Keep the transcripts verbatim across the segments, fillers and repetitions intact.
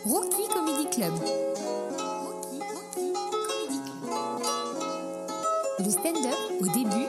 Rookie Comedy Club. Rookie, Rookie Comedy Club. Le stand-up au début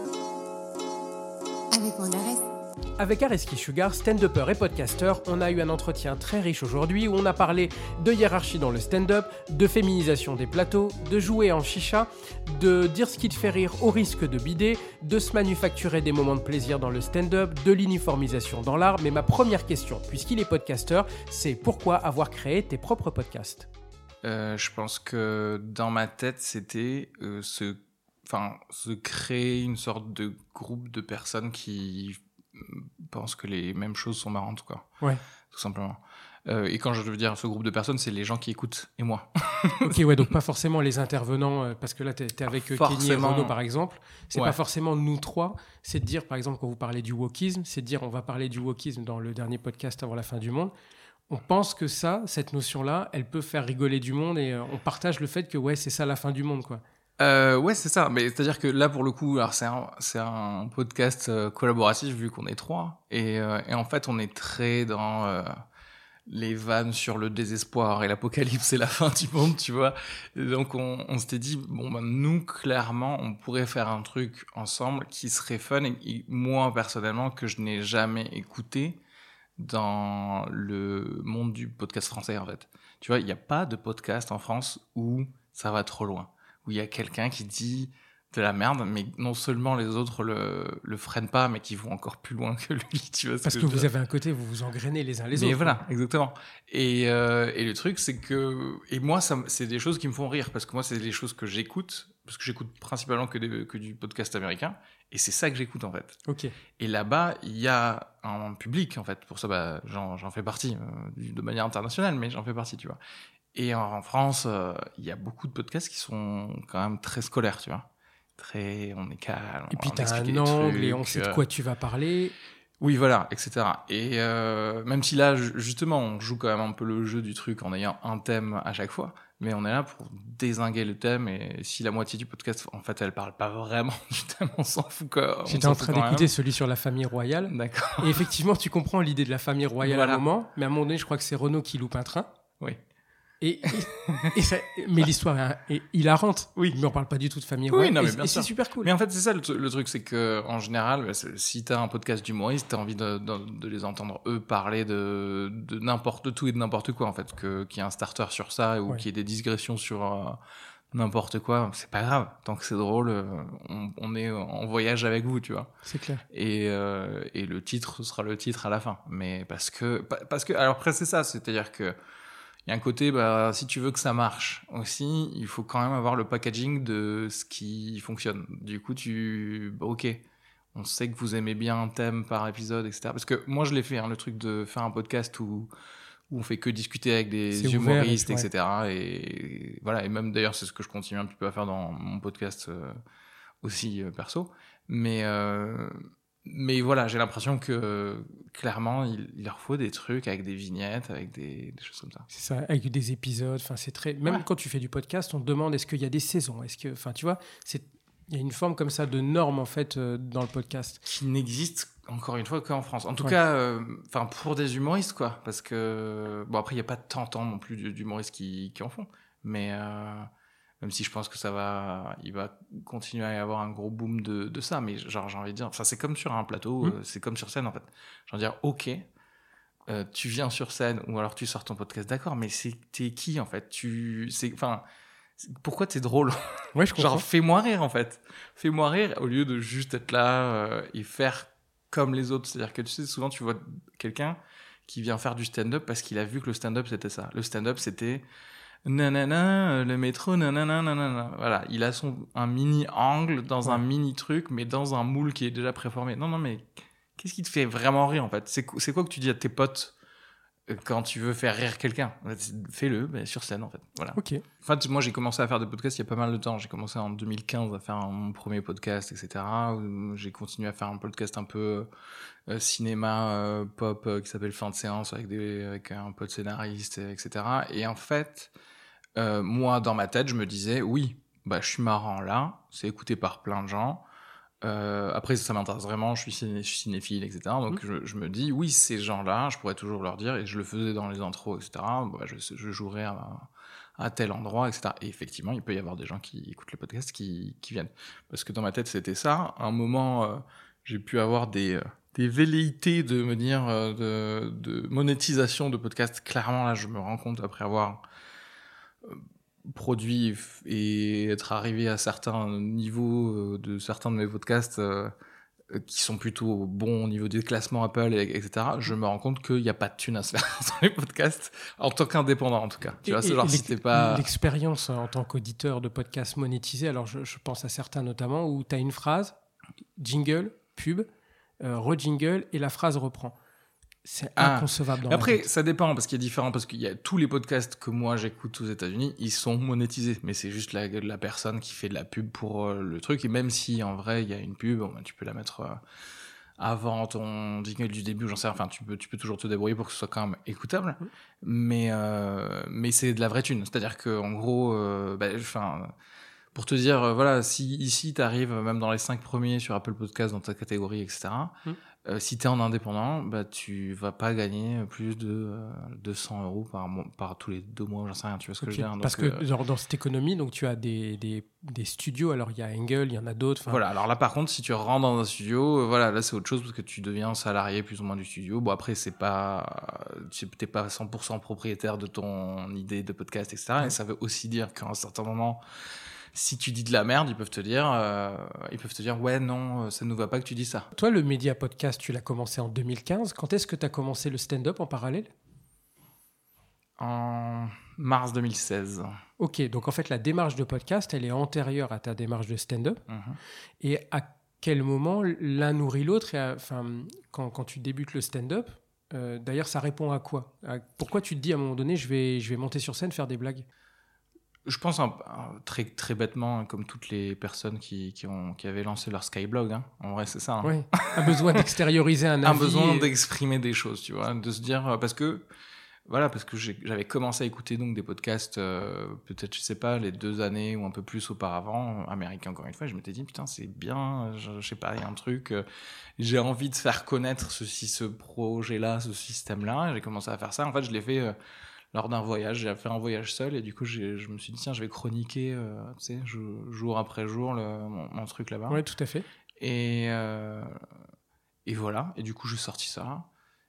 avec Mandarès. Avec Areski Sugar, stand-upper et podcaster, on a eu un entretien très riche aujourd'hui où on a parlé de hiérarchie dans le stand-up, de féminisation des plateaux, de jouer en chicha, de dire ce qui te fait rire au risque de bider, de se manufacturer des moments de plaisir dans le stand-up, de l'uniformisation dans l'art. Mais ma première question, puisqu'il est podcasteur, c'est pourquoi avoir créé tes propres podcasts ? euh, Je pense que dans ma tête, c'était euh, se, enfin, se créer une sorte de groupe de personnes qui pensent que les mêmes choses sont marrantes, quoi. Ouais. Tout simplement. Euh, et quand je veux dire ce groupe de personnes, c'est les gens qui écoutent et moi. Ok, ouais, donc pas forcément les intervenants, euh, parce que là, t'es, t'es avec euh, Kenny et Renaud, par exemple. C'est ouais. pas forcément nous trois. C'est de dire, par exemple, quand vous parlez du wokisme, c'est de dire, on va parler du wokisme dans le dernier podcast avant la fin du monde. On pense que ça, cette notion-là, elle peut faire rigoler du monde et euh, on partage le fait que, ouais, c'est ça la fin du monde, quoi. Euh, ouais, c'est ça. Mais c'est-à-dire que là, pour le coup, alors c'est un, c'est un podcast euh, collaboratif vu qu'on est trois. Et, euh, et en fait, on est très dans euh, les vannes sur le désespoir et l'apocalypse et la fin du monde, tu vois. Et donc, on, on s'était dit, bon, ben, nous, clairement, on pourrait faire un truc ensemble qui serait fun. Et, et moi, personnellement, que je n'ai jamais écouté dans le monde du podcast français, en fait. Tu vois, il n'y a pas de podcast en France où ça va trop loin. Où il y a quelqu'un qui dit de la merde, mais non seulement les autres le, le freinent pas, mais qui vont encore plus loin que lui, tu vois. Parce que, que vous avez un côté, vous vous engrainez les uns les mais autres. Mais voilà, exactement. Et, euh, et le truc, c'est que... Et moi, ça, c'est des choses qui me font rire, parce que moi, c'est des choses que j'écoute, parce que j'écoute principalement que, des, que du podcast américain, et c'est ça que j'écoute, en fait. Ok. Et là-bas, il y a un public, en fait. Pour ça, bah, j'en, j'en fais partie, euh, de manière internationale, mais j'en fais partie, tu vois. Et en France, il euh, y a beaucoup de podcasts qui sont quand même très scolaires, tu vois. Très, on est calme. Et puis on t'as un angle trucs, et on sait de quoi tu vas parler. Oui, voilà, et cetera. Et euh, même si là, justement, on joue quand même un peu le jeu du truc en ayant un thème à chaque fois, mais on est là pour dézinguer le thème. Et si la moitié du podcast, en fait, elle parle pas vraiment du thème, on s'en fout, quoi. J'étais en train d'écouter celui sur la famille royale. D'accord. Et effectivement, tu comprends l'idée de la famille royale voilà. à un moment, mais à un moment donné, je crois que c'est Renaud qui loupe un train. Oui. Et, et, et ça, mais l'histoire est hilarante. Oui. Mais on parle pas du tout de famille royale. Oui, non, mais et, bien et sûr. c'est super cool. Mais en fait, c'est ça le, le truc, c'est que en général, bah, si t'as un podcast d'humoriste, t'as envie de, de, de les entendre eux parler de, de n'importe de tout et de n'importe quoi, en fait, que qu'il y ait un starter sur ça ou ouais. qu'il y ait des digressions sur euh, n'importe quoi, c'est pas grave. Tant que c'est drôle, on, on est en voyage avec vous, tu vois. C'est clair. Et euh, et le titre, ce sera le titre à la fin. Mais parce que parce que alors après c'est ça, c'est-à-dire que il y a un côté, bah, si tu veux que ça marche aussi, il faut quand même avoir le packaging de ce qui fonctionne. Du coup, tu, bah, ok, on sait que vous aimez bien un thème par épisode, et cetera. Parce que moi, je l'ai fait, hein, le truc de faire un podcast où, où on fait que discuter avec des c'est humoristes, ouvert, et, et cetera. Ouais. Et voilà, et même d'ailleurs, c'est ce que je continue un petit peu à faire dans mon podcast euh, aussi euh, perso. Mais euh, Mais voilà, j'ai l'impression que clairement, il, il leur faut des trucs avec des vignettes, avec des, des choses comme ça. C'est ça, avec des épisodes. Enfin, c'est très. Même ouais. quand tu fais du podcast, on te demande est-ce qu'il y a des saisons. Est-ce que, enfin, tu vois, c'est il y a une forme comme ça de norme en fait euh, dans le podcast qui n'existe encore une fois qu'en France. En tout ouais. cas, enfin euh, pour des humoristes quoi, parce que bon après il y a pas tant tant non plus d'humoristes qui qui en font, mais euh, même si je pense que ça va, il va continuer à y avoir un gros boom de, de ça, mais genre, j'ai envie de dire, enfin, c'est comme sur un plateau, mmh. euh, c'est comme sur scène, en fait. J'ai envie de dire, ok, euh, tu viens sur scène, ou alors tu sors ton podcast, d'accord, mais c'est, t'es qui, en fait? Tu, c'est, enfin, pourquoi t'es drôle? Ouais, je comprends. Genre, fais-moi rire, en fait. Fais-moi rire, au lieu de juste être là, euh, et faire comme les autres. C'est-à-dire que, tu sais, souvent, tu vois quelqu'un qui vient faire du stand-up parce qu'il a vu que le stand-up, c'était ça. Le stand-up, c'était, nanana, le métro, nanana, nanana. Voilà, il a son, un mini angle dans ouais. un mini truc, mais dans un moule qui est déjà préformé. Non, non, mais qu'est-ce qui te fait vraiment rire, en fait? C'est, c'est quoi que tu dis à tes potes quand tu veux faire rire quelqu'un? Fais-le, mais sur scène, en fait. Voilà. Ok. En fait, moi, j'ai commencé à faire des podcasts il y a pas mal de temps. J'ai commencé en deux mille quinze à faire mon premier podcast, et cetera. J'ai continué à faire un podcast un peu euh, cinéma, euh, pop, euh, qui s'appelle Fin de séance, avec, des, avec un pote scénariste, et cetera. Et en fait, Euh, moi, dans ma tête, je me disais, oui, bah, je suis marrant là, c'est écouté par plein de gens, Euh, après, ça m'intéresse vraiment, je suis, ciné- je suis cinéphile, et cetera. Donc, Mhm. je, je me dis, oui, ces gens-là, je pourrais toujours leur dire, et je le faisais dans les intros, et cetera. Bah, je, je jouerai à, à tel endroit, et cetera. Et effectivement, il peut y avoir des gens qui écoutent le podcast qui, qui viennent. Parce que dans ma tête, c'était ça. À un moment, euh, j'ai pu avoir des, euh, des velléités de me dire euh, de, de monétisation de podcast. Clairement, là, je me rends compte après avoir euh, produit f- et être arrivé à certains niveaux euh, de certains de mes podcasts euh, euh, qui sont plutôt bons au niveau des classements Apple, et- etc. Je me rends compte qu'il n'y a pas de thunes à se faire dans les podcasts, en tant qu'indépendant en tout cas. Tu Et, vois, c'est et- genre et si l'ex- t'es pas... l'expérience en tant qu'auditeur de podcasts monétisés, alors je, je pense à certains notamment, où tu as une phrase, jingle, pub, euh, re-jingle, et la phrase reprend. C'est Ah, inconcevable dans mais ma après, tête. ça dépend parce qu'il y a différent, parce qu'il y a tous les podcasts que moi j'écoute aux États-Unis, ils sont monétisés, mais c'est juste la, la personne qui fait de la pub pour euh, le truc, et même si en vrai il y a une pub, bon, bah, tu peux la mettre euh, avant ton jingle du début, j'en sais rien, enfin tu peux, tu peux toujours te débrouiller pour que ce soit quand même écoutable, Mm. mais, euh, mais c'est de la vraie thune, c'est-à-dire qu'en gros, euh, bah, enfin. Pour te dire, euh, voilà, si ici tu arrives même dans les cinq premiers sur Apple Podcast dans ta catégorie, et cetera, Mm. euh, si tu es en indépendant, bah, tu vas pas gagner plus de euh, deux cents euros par, mois, par tous les deux mois, j'en sais rien, tu vois ce que Ok. je veux dire. Parce Donc, que euh, genre, dans cette économie, donc, tu as des, des, des studios, alors il y a Engel, il y en a d'autres. 'fin, voilà, alors là par contre, si tu rentres dans un studio, euh, voilà, là c'est autre chose parce que tu deviens salarié plus ou moins du studio. Bon, après, c'est pas, tu n'es pas cent pour cent propriétaire de ton idée de podcast, et cetera. Ouais. Et ça veut aussi dire qu'à un certain moment, si tu dis de la merde, ils peuvent te dire, euh, ils peuvent te dire, ouais, non, ça ne nous va pas que tu dis ça. Toi, le média podcast, tu l'as commencé en deux mille quinze. Quand est-ce que tu as commencé le stand-up en parallèle? En mars deux mille seize. Ok, donc en fait, la démarche de podcast, elle est antérieure à ta démarche de stand-up. Mhm. Et à quel moment l'un nourrit l'autre et à- enfin, quand, quand tu débutes le stand-up, euh, d'ailleurs, ça répond à quoi? À- Pourquoi tu te dis à un moment donné, je vais, je vais monter sur scène, faire des blagues? Je pense un- un- très, très bêtement, comme toutes les personnes qui, qui, ont, qui avaient lancé leur Skyblog. Hein. En vrai, c'est ça. Hein. Oui, un besoin d'extérioriser un Un avis. besoin et- d'exprimer des choses, tu vois, de se dire euh, parce que voilà, parce que j'ai- j'avais commencé à écouter donc des podcasts, euh, peut-être je sais pas, les deux années ou un peu plus auparavant, américains encore une fois. Et je m'étais dit putain c'est bien, je, je sais pas, il y a un truc, euh, j'ai envie de faire connaître ceci, ce projet-là, ce système-là. Et j'ai commencé à faire ça. En fait, je l'ai fait. Euh, lors d'un voyage, j'ai fait un voyage seul et du coup j'ai- je me suis dit tiens je vais chroniquer euh, tu sais, jou- jour après jour le, mon, mon truc là-bas. Oui, tout à fait. Et, euh, et voilà, et du coup j'ai sorti ça.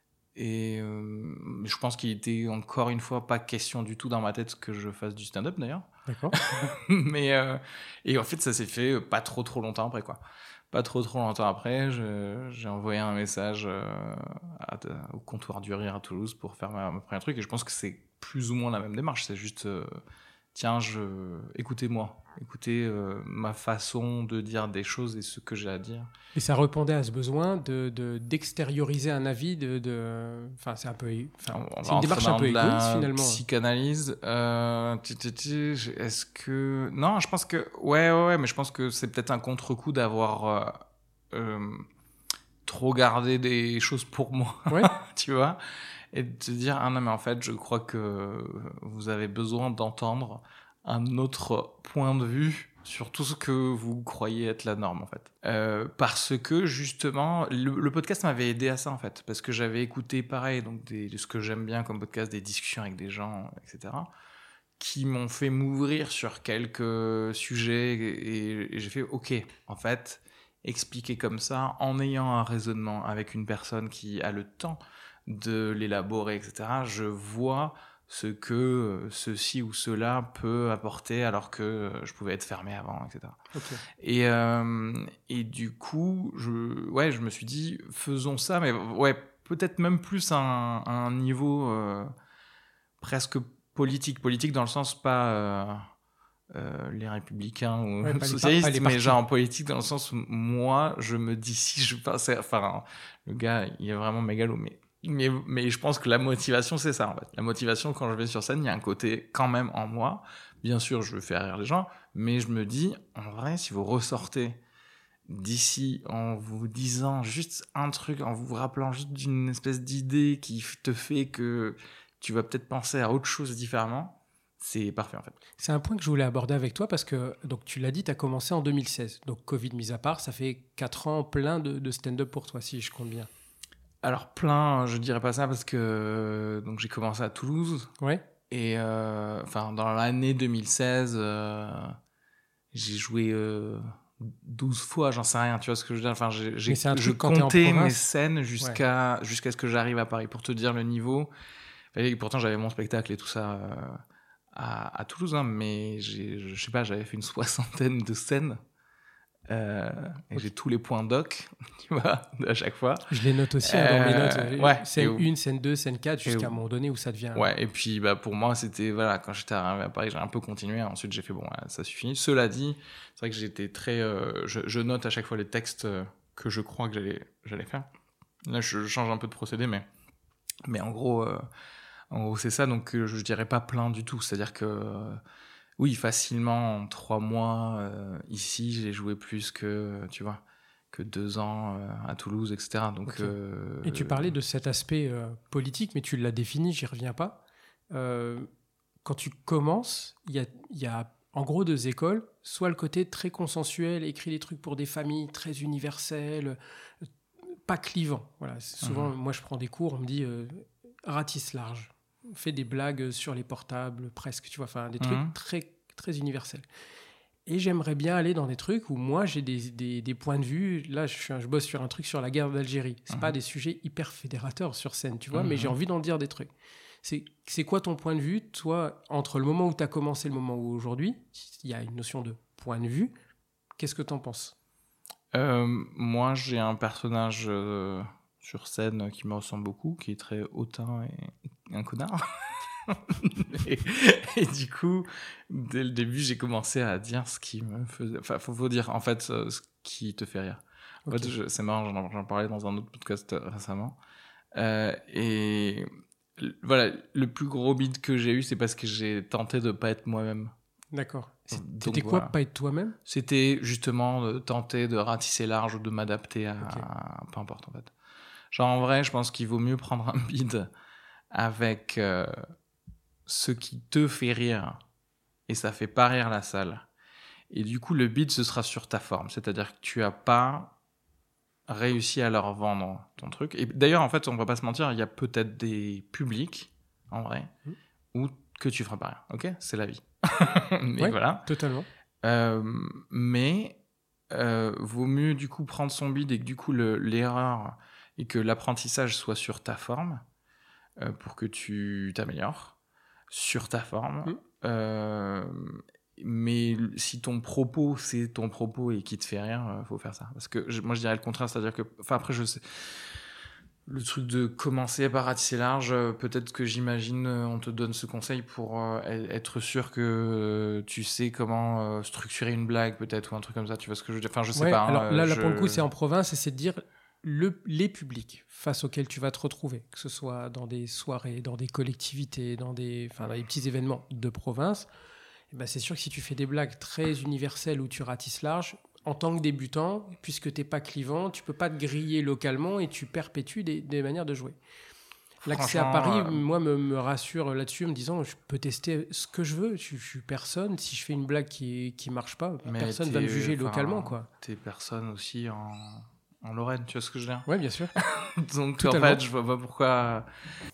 Et euh, je pense qu'il était encore une fois pas question du tout dans ma tête que je fasse du stand-up d'ailleurs. D'accord. Mais euh, et en fait ça s'est fait pas trop trop longtemps après quoi. Pas trop trop longtemps après, je- j'ai envoyé un message euh, à- au comptoir du rire à Toulouse pour faire ma, ma première truc et je pense que c'est plus ou moins la même démarche. C'est juste euh, tiens je écoutez-moi, écoutez euh, ma façon de dire des choses et ce que j'ai à dire. Et ça répondait à ce besoin de, de- d'extérioriser un avis. De, de... Enfin, c'est un peu. Enfin, On va c'est une rentrer démarche dans un peu de la égoïste finalement. psychanalyse. Euh, ti, ti, ti, je- est-ce que non, je pense que ouais, ouais, ouais, mais je pense que c'est peut-être un contre-coup d'avoir euh, euh, trop gardé des choses pour moi, Ouais. tu vois, et de te dire ah non mais en fait je crois que vous avez besoin d'entendre un autre point de vue sur tout ce que vous croyez être la norme en fait. Euh, parce que justement le, le podcast m'avait aidé à ça en fait, parce que j'avais écouté pareil donc des, de ce que j'aime bien comme podcast, des discussions avec des gens, et cetera, qui m'ont fait m'ouvrir sur quelques sujets et, et j'ai fait ok en fait expliquer comme ça en ayant un raisonnement avec une personne qui a le temps de l'élaborer, et cetera. Je vois ce que ceci ou cela peut apporter alors que je pouvais être fermé avant, et cetera. Ok. Et, euh, et du coup, je, ouais, je me suis dit, faisons ça, mais ouais, peut-être même plus à un, à un niveau euh, presque politique. Politique dans le sens pas euh, euh, les républicains ou Ouais, pas les par- socialistes, pas les mais partis. genre politique dans le sens où moi, je me dis si je passais... Enfin, le gars, il est vraiment mégalo, mais Mais, mais je pense que la motivation, c'est ça, en fait. La motivation, quand je vais sur scène, il y a un côté quand même en moi. Bien sûr, je veux faire rire les gens, mais je me dis, en vrai, si vous ressortez d'ici en vous disant juste un truc, en vous rappelant juste d'une espèce d'idée qui te fait que tu vas peut-être penser à autre chose différemment, c'est parfait en fait. C'est un point que je voulais aborder avec toi parce que donc, tu l'as dit, tu as commencé en deux mille seize. Donc Covid mis à part, ça fait quatre ans plein de, de stand-up pour toi, si je compte bien. Alors plein, je dirais pas ça parce que donc, j'ai commencé à Toulouse. Ouais. Et euh, enfin, dans l'année deux mille seize, euh, j'ai joué euh, douze fois, j'en sais rien, tu vois ce que je veux dire. Enfin, j'ai, j'ai, Mais c'est un je truc quand t'es en comptais mes province. scènes jusqu'à, ouais. jusqu'à ce que j'arrive à Paris, pour te dire le niveau. Et pourtant, j'avais mon spectacle et tout ça euh, à, à Toulouse, hein, mais j'ai, je sais pas, j'avais fait une soixantaine de scènes. Euh, et okay. J'ai tous les points doc, tu vois, à chaque fois. Je les note aussi euh, dans mes notes. Ouais, scène un, scène deux, scène quatre, jusqu'à un moment donné où ça devient... Ouais, et puis bah, pour moi, c'était... Voilà, quand j'étais arrivé à Paris, j'ai un peu continué. Ensuite, j'ai fait, bon, ouais, ça suffit. Cela dit, c'est vrai que j'étais très... Euh, je, je note à chaque fois les textes que je crois que j'allais, j'allais faire. Là, je change un peu de procédé, mais, mais en gros, euh, en gros, c'est ça. Donc, je, je dirais pas plein du tout. C'est-à-dire que... Euh, oui, facilement, en trois mois, euh, ici, j'ai joué plus que, tu vois, que deux ans euh, à Toulouse, et cetera. Donc, okay. euh, Et tu parlais de cet aspect euh, politique, mais tu l'as défini, j'y reviens pas. Euh, quand tu commences, il y a, y a en gros deux écoles. Soit le côté très consensuel, écrit des trucs pour des familles, très universel, pas clivant. Voilà. Souvent, mmh. moi, je prends des cours, on me dit euh, ratisse large. Fait des blagues sur les portables, presque, tu vois, enfin, des trucs mmh. très, très universels. Et j'aimerais bien aller dans des trucs où moi, j'ai des, des, des points de vue. Là, je, suis un, je bosse sur un truc sur la guerre d'Algérie. C'est mmh. pas des sujets hyper fédérateurs sur scène, tu vois, mmh. mais j'ai envie d'en dire des trucs. C'est, c'est quoi ton point de vue, toi, entre le moment où tu as commencé et le moment où aujourd'hui, il y a une notion de point de vue. Qu'est-ce que tu en penses ? euh, Moi, j'ai un personnage... Euh... sur scène qui me ressemble beaucoup, qui est très hautain et un connard. et, et du coup, dès le début, j'ai commencé à dire ce qui me faisait... Enfin, faut, faut dire, en fait, ce qui te fait rire. Okay. En fait, je, c'est marrant, j'en, j'en parlais dans un autre podcast récemment. Euh, et voilà, le plus gros bide que j'ai eu, c'est parce que j'ai tenté de pas être moi-même. D'accord. C'était quoi, voilà. Pas être toi-même ? C'était justement de tenter de ratisser large ou de m'adapter à... Okay. à peu importe, en fait. Genre, en vrai, je pense qu'il vaut mieux prendre un bide avec euh, ce qui te fait rire et ça fait pas rire la salle. Et du coup, le bide, ce sera sur ta forme. C'est-à-dire que tu as pas réussi à leur vendre ton truc. Et d'ailleurs, en fait, on va pas se mentir, il y a peut-être des publics, en vrai, mmh. où que tu feras pas rire. Ok ? C'est la vie. mais ouais, voilà. Totalement. Euh, mais euh, vaut mieux, du coup, prendre son bide et que, du coup, le, l'erreur... et que l'apprentissage soit sur ta forme euh, pour que tu t'améliores sur ta forme. Mmh. Euh, mais si ton propos, c'est ton propos et qui te fait rire, il euh, faut faire ça. Parce que je, moi, je dirais le contraire, c'est-à-dire que... Enfin, après, je sais... Le truc de commencer par ratisser large, euh, peut-être que j'imagine, euh, on te donne ce conseil pour euh, être sûr que euh, tu sais comment euh, structurer une blague, peut-être, ou un truc comme ça. Tu vois ce que je veux dire ? Enfin, je sais ouais, pas. Alors hein, là, je... là, pour le coup, c'est en province et c'est de dire... Le, les publics face auxquels tu vas te retrouver, que ce soit dans des soirées, dans des collectivités, dans des, enfin, dans des petits événements de province, eh ben c'est sûr que si tu fais des blagues très universelles où tu ratisses large, en tant que débutant, puisque tu n'es pas clivant, tu ne peux pas te griller localement et tu perpétues des, des manières de jouer. L'accès à Paris, euh... moi, me, me rassure là-dessus en me disant je peux tester ce que je veux, je ne suis personne. Si je fais une blague qui ne marche pas, mais personne ne va me juger localement. Tu es personne aussi en... en Lorraine, tu vois ce que je veux dire ? Oui, bien sûr. Donc, Totalement. En fait, je vois pas pourquoi...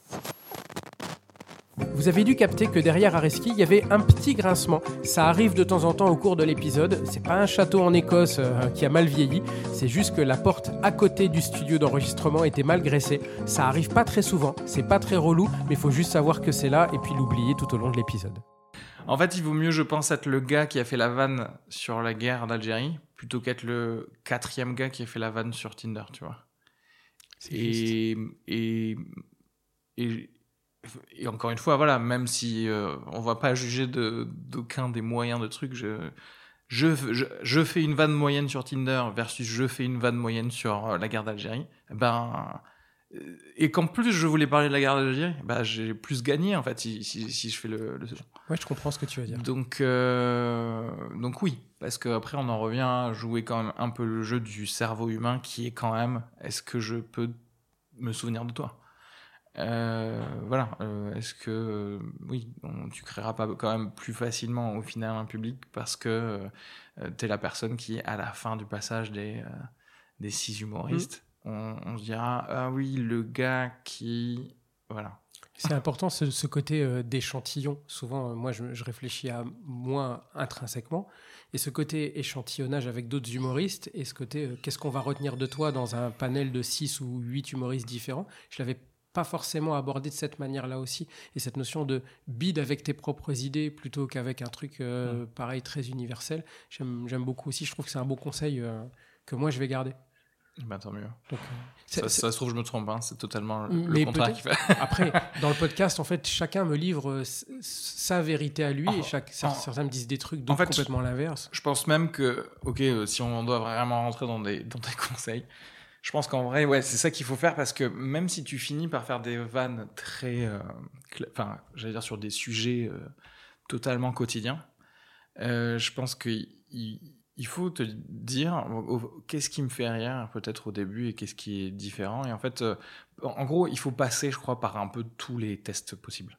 Vous avez dû capter que derrière Areski, il y avait un petit grincement. Ça arrive de temps en temps au cours de l'épisode. C'est pas un château en Écosse euh, qui a mal vieilli. C'est juste que la porte à côté du studio d'enregistrement était mal graissée. Ça arrive pas très souvent. C'est pas très relou, mais il faut juste savoir que c'est là et puis l'oublier tout au long de l'épisode. En fait, il vaut mieux, je pense, être le gars qui a fait la vanne sur la guerre d'Algérie plutôt qu'être le quatrième gars qui a fait la vanne sur Tinder, tu vois. C'est et, et, et, et encore une fois, voilà, même si euh, on va pas juger de, d'aucun des moyens de trucs, je, je, je, je fais une vanne moyenne sur Tinder versus je fais une vanne moyenne sur la guerre d'Algérie, ben... Et qu'en plus je voulais parler de la guerre d'Algérie, bah j'ai plus gagné en fait si, si, si je fais le, le second. Ouais, je comprends ce que tu veux dire. Donc, euh, donc oui, parce qu'après on en revient à jouer quand même un peu le jeu du cerveau humain qui est quand même, est-ce que je peux me souvenir de toi ? Euh, voilà, euh, est-ce que euh, oui, on, tu créeras pas quand même plus facilement au final un public parce que euh, t'es la personne qui, à la fin du passage des, euh, des six humoristes, mmh. on, on se dira ah oui, le gars qui. Voilà. C'est important ce, ce côté euh, d'échantillon. Souvent, euh, moi, je, je réfléchis à moi intrinsèquement. Et ce côté échantillonnage avec d'autres humoristes et ce côté euh, qu'est-ce qu'on va retenir de toi dans un panel de six ou huit humoristes différents, je l'avais pas forcément abordé de cette manière-là aussi. Et cette notion de bide avec tes propres idées plutôt qu'avec un truc euh, mmh. pareil, très universel, j'aime, j'aime beaucoup aussi. Je trouve que c'est un bon conseil euh, que moi, je vais garder. Bah, tant mieux. Donc, ça, ça, ça se trouve, je me trompe, hein. C'est totalement mais le contraire qui fait. Après, dans le podcast, en fait, chacun me livre sa vérité à lui oh, et chaque, oh. certains me disent des trucs, d'autres en fait, complètement l'inverse. Je pense même que, ok, si on doit vraiment rentrer dans des, dans des conseils, je pense qu'en vrai, ouais, c'est ça qu'il faut faire parce que même si tu finis par faire des vannes très. Euh, cl- enfin, j'allais dire sur des sujets euh, totalement quotidiens, euh, je pense qu'il. Il faut te dire qu'est-ce qui me fait rire peut-être au début et qu'est-ce qui est différent. Et en fait, euh, en gros, il faut passer, je crois, par un peu tous les tests possibles.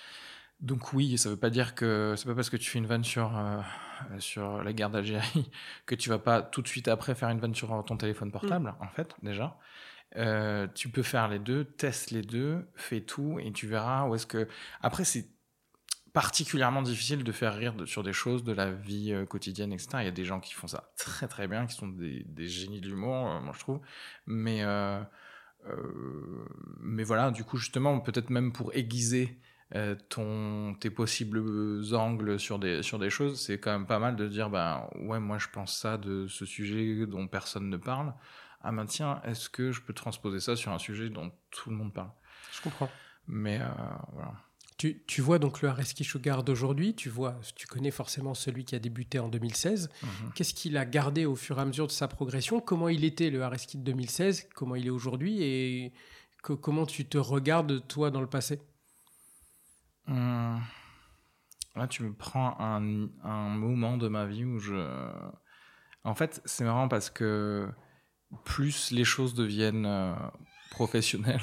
Donc oui, ça veut pas dire que c'est pas parce que tu fais une vanne sur euh, sur la guerre d'Algérie que tu vas pas tout de suite après faire une vanne sur ton téléphone portable. Mmh. En fait, déjà, euh, tu peux faire les deux, teste les deux, fais tout et tu verras où est-ce que. Après, c'est particulièrement difficile de faire rire de, sur des choses de la vie euh, quotidienne, et cetera. Il y a des gens qui font ça très très bien, qui sont des, des génies de l'humour, euh, moi je trouve. Mais, euh, euh, mais voilà, du coup, justement, peut-être même pour aiguiser euh, ton, tes possibles angles sur des, sur des choses, c'est quand même pas mal de dire, ben ouais, moi je pense ça de ce sujet dont personne ne parle. Ah ben tiens, est-ce que je peux transposer ça sur un sujet dont tout le monde parle ? Je comprends. Mais euh, voilà. Tu, tu vois donc le Areski Sugar d'aujourd'hui, tu vois, tu connais forcément celui qui a débuté en deux mille seize. Mm-hmm. Qu'est-ce qu'il a gardé au fur et à mesure de sa progression ? Comment il était le Areski de deux mille seize ? Comment il est aujourd'hui ? Et que, comment tu te regardes, toi, dans le passé ? Hum... Là, tu me prends un, un moment de ma vie où je... En fait, c'est marrant parce que plus les choses deviennent euh, professionnelles,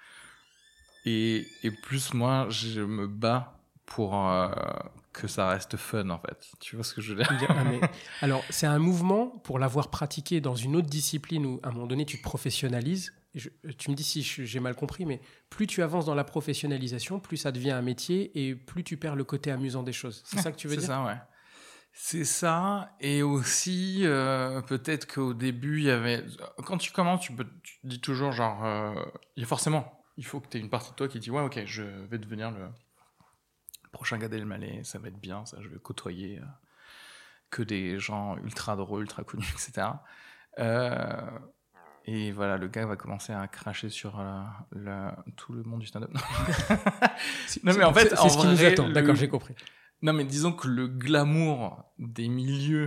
Et, et plus moi, je me bats pour euh, que ça reste fun, en fait. Tu vois ce que je veux dire ? ah, mais, alors, c'est un mouvement, pour l'avoir pratiqué dans une autre discipline où, à un moment donné, tu te professionnalises. Je, tu me dis si je, j'ai mal compris, mais plus tu avances dans la professionnalisation, plus ça devient un métier et plus tu perds le côté amusant des choses. C'est ça que tu veux c'est dire ? C'est ça, ouais. C'est ça, et aussi, euh, peut-être qu'au début, il y avait... Quand tu commences, tu, peux, tu dis toujours, genre, euh, il y a forcément... Il faut que tu aies une partie de toi qui dit « Ouais, ok, je vais devenir le prochain Gad Elmaleh, ça va être bien, ça, je vais côtoyer euh, que des gens ultra drôles, ultra connus, et cetera. Euh, » Et voilà, le gars va commencer à cracher sur euh, le, tout le monde du stand-up. c'est, non, mais en fait, c'est, c'est en ce vrai, qui nous attend. Le... D'accord, j'ai compris. Non, mais disons que le glamour des milieux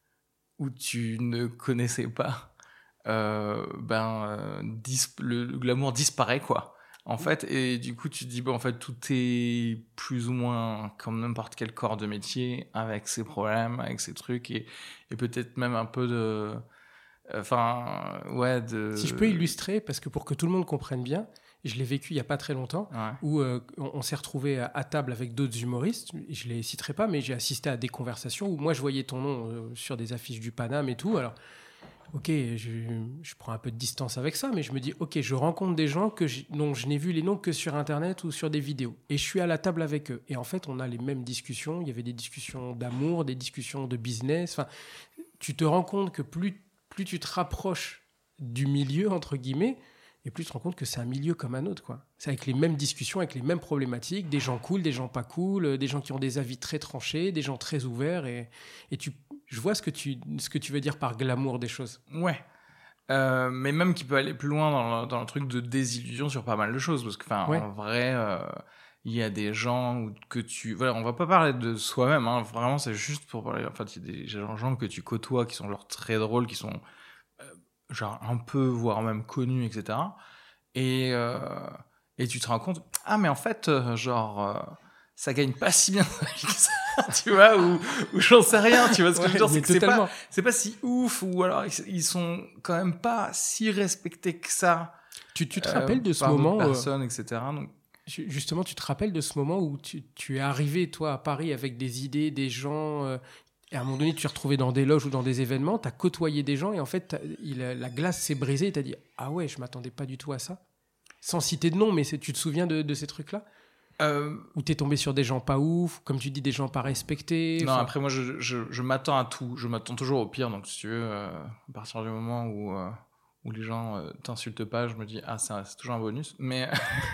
où tu ne connaissais pas, Euh, ben euh, dis- le, le glamour disparaît quoi en fait, et du coup tu te dis bon en fait tout est plus ou moins comme n'importe quel corps de métier avec ses problèmes, avec ses trucs et, et peut-être même un peu de enfin euh, ouais de si je peux illustrer parce que pour que tout le monde comprenne bien, je l'ai vécu il y a pas très longtemps ouais. où euh, on, on s'est retrouvé à, à table avec d'autres humoristes, je les citerai pas mais j'ai assisté à des conversations où moi je voyais ton nom euh, sur des affiches du Paname et tout. Alors ok, je, je prends un peu de distance avec ça, mais je me dis, ok, je rencontre des gens que je, dont je n'ai vu les noms que sur Internet ou sur des vidéos. Et je suis à la table avec eux. Et en fait, on a les mêmes discussions. Il y avait des discussions d'amour, des discussions de business. Enfin, tu te rends compte que plus, plus tu te rapproches du milieu, entre guillemets, et plus tu te rends compte que c'est un milieu comme un autre, quoi. C'est avec les mêmes discussions, avec les mêmes problématiques, des gens cool, des gens pas cool, des gens qui ont des avis très tranchés, des gens très ouverts. Et, et tu... Je vois ce que, tu, ce que tu veux dire par glamour des choses. Ouais. Euh, mais même qui peut aller plus loin dans le, dans le truc de désillusion sur pas mal de choses. Parce que, enfin, ouais. en vrai, il euh, y a des gens que tu... Voilà, on va pas parler de soi-même, hein. Vraiment, c'est juste pour parler... En fait, il y a des gens que tu côtoies qui sont genre très drôles, qui sont euh, genre un peu, voire même connus, et cetera. Et, euh, et tu te rends compte, ah, mais en fait, euh, genre... Euh, ça gagne pas si bien que ça, tu vois, ou, ou j'en sais rien, tu vois ce que ouais, je veux dire, c'est que c'est pas, c'est pas si ouf, ou alors ils sont quand même pas si respectés que ça Tu, tu te rappelles de ce par moment personnes, euh, et cetera. Donc... Justement, tu te rappelles de ce moment où tu, tu es arrivé, toi, à Paris avec des idées, des gens... Euh, et à un moment donné, tu t'es retrouvé dans des loges ou dans des événements, tu as côtoyé des gens et en fait, il, la glace s'est brisée et tu as dit « Ah ouais, je ne m'attendais pas du tout à ça ». Sans citer de nom, mais c'est, tu te souviens de, de ces trucs-là euh... Où tu es tombé sur des gens pas ouf, comme tu dis, des gens pas respectés. Non, après moi, je, je, je m'attends à tout. Je m'attends toujours au pire. Donc, si tu veux, euh, à partir du moment où, euh, où les gens euh, t'insultent pas, je me dis « Ah, c'est, un, c'est toujours un bonus ». Mais...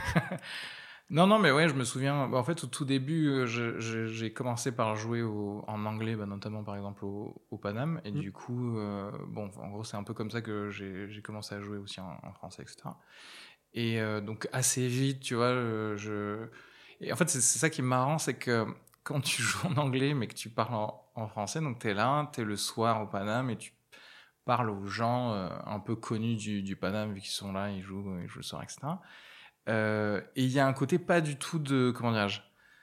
Non, non, mais ouais, je me souviens. Bah, en fait, au tout début, je, je, j'ai commencé par jouer au, en anglais, bah, notamment par exemple au, au Paname. Et mmh. du coup, euh, bon, en gros, c'est un peu comme ça que j'ai, j'ai commencé à jouer aussi en, en français, et cetera. Et euh, donc, assez vite, tu vois, je. Et en fait, c'est, c'est ça qui est marrant, c'est que quand tu joues en anglais, mais que tu parles en, en français, donc t'es là, t'es le soir au Paname et tu parles aux gens euh, un peu connus du, du Paname, vu qu'ils sont là, ils jouent, ils jouent le soir, et cetera. Euh, et il y a un côté pas du tout de, comment dirais-je,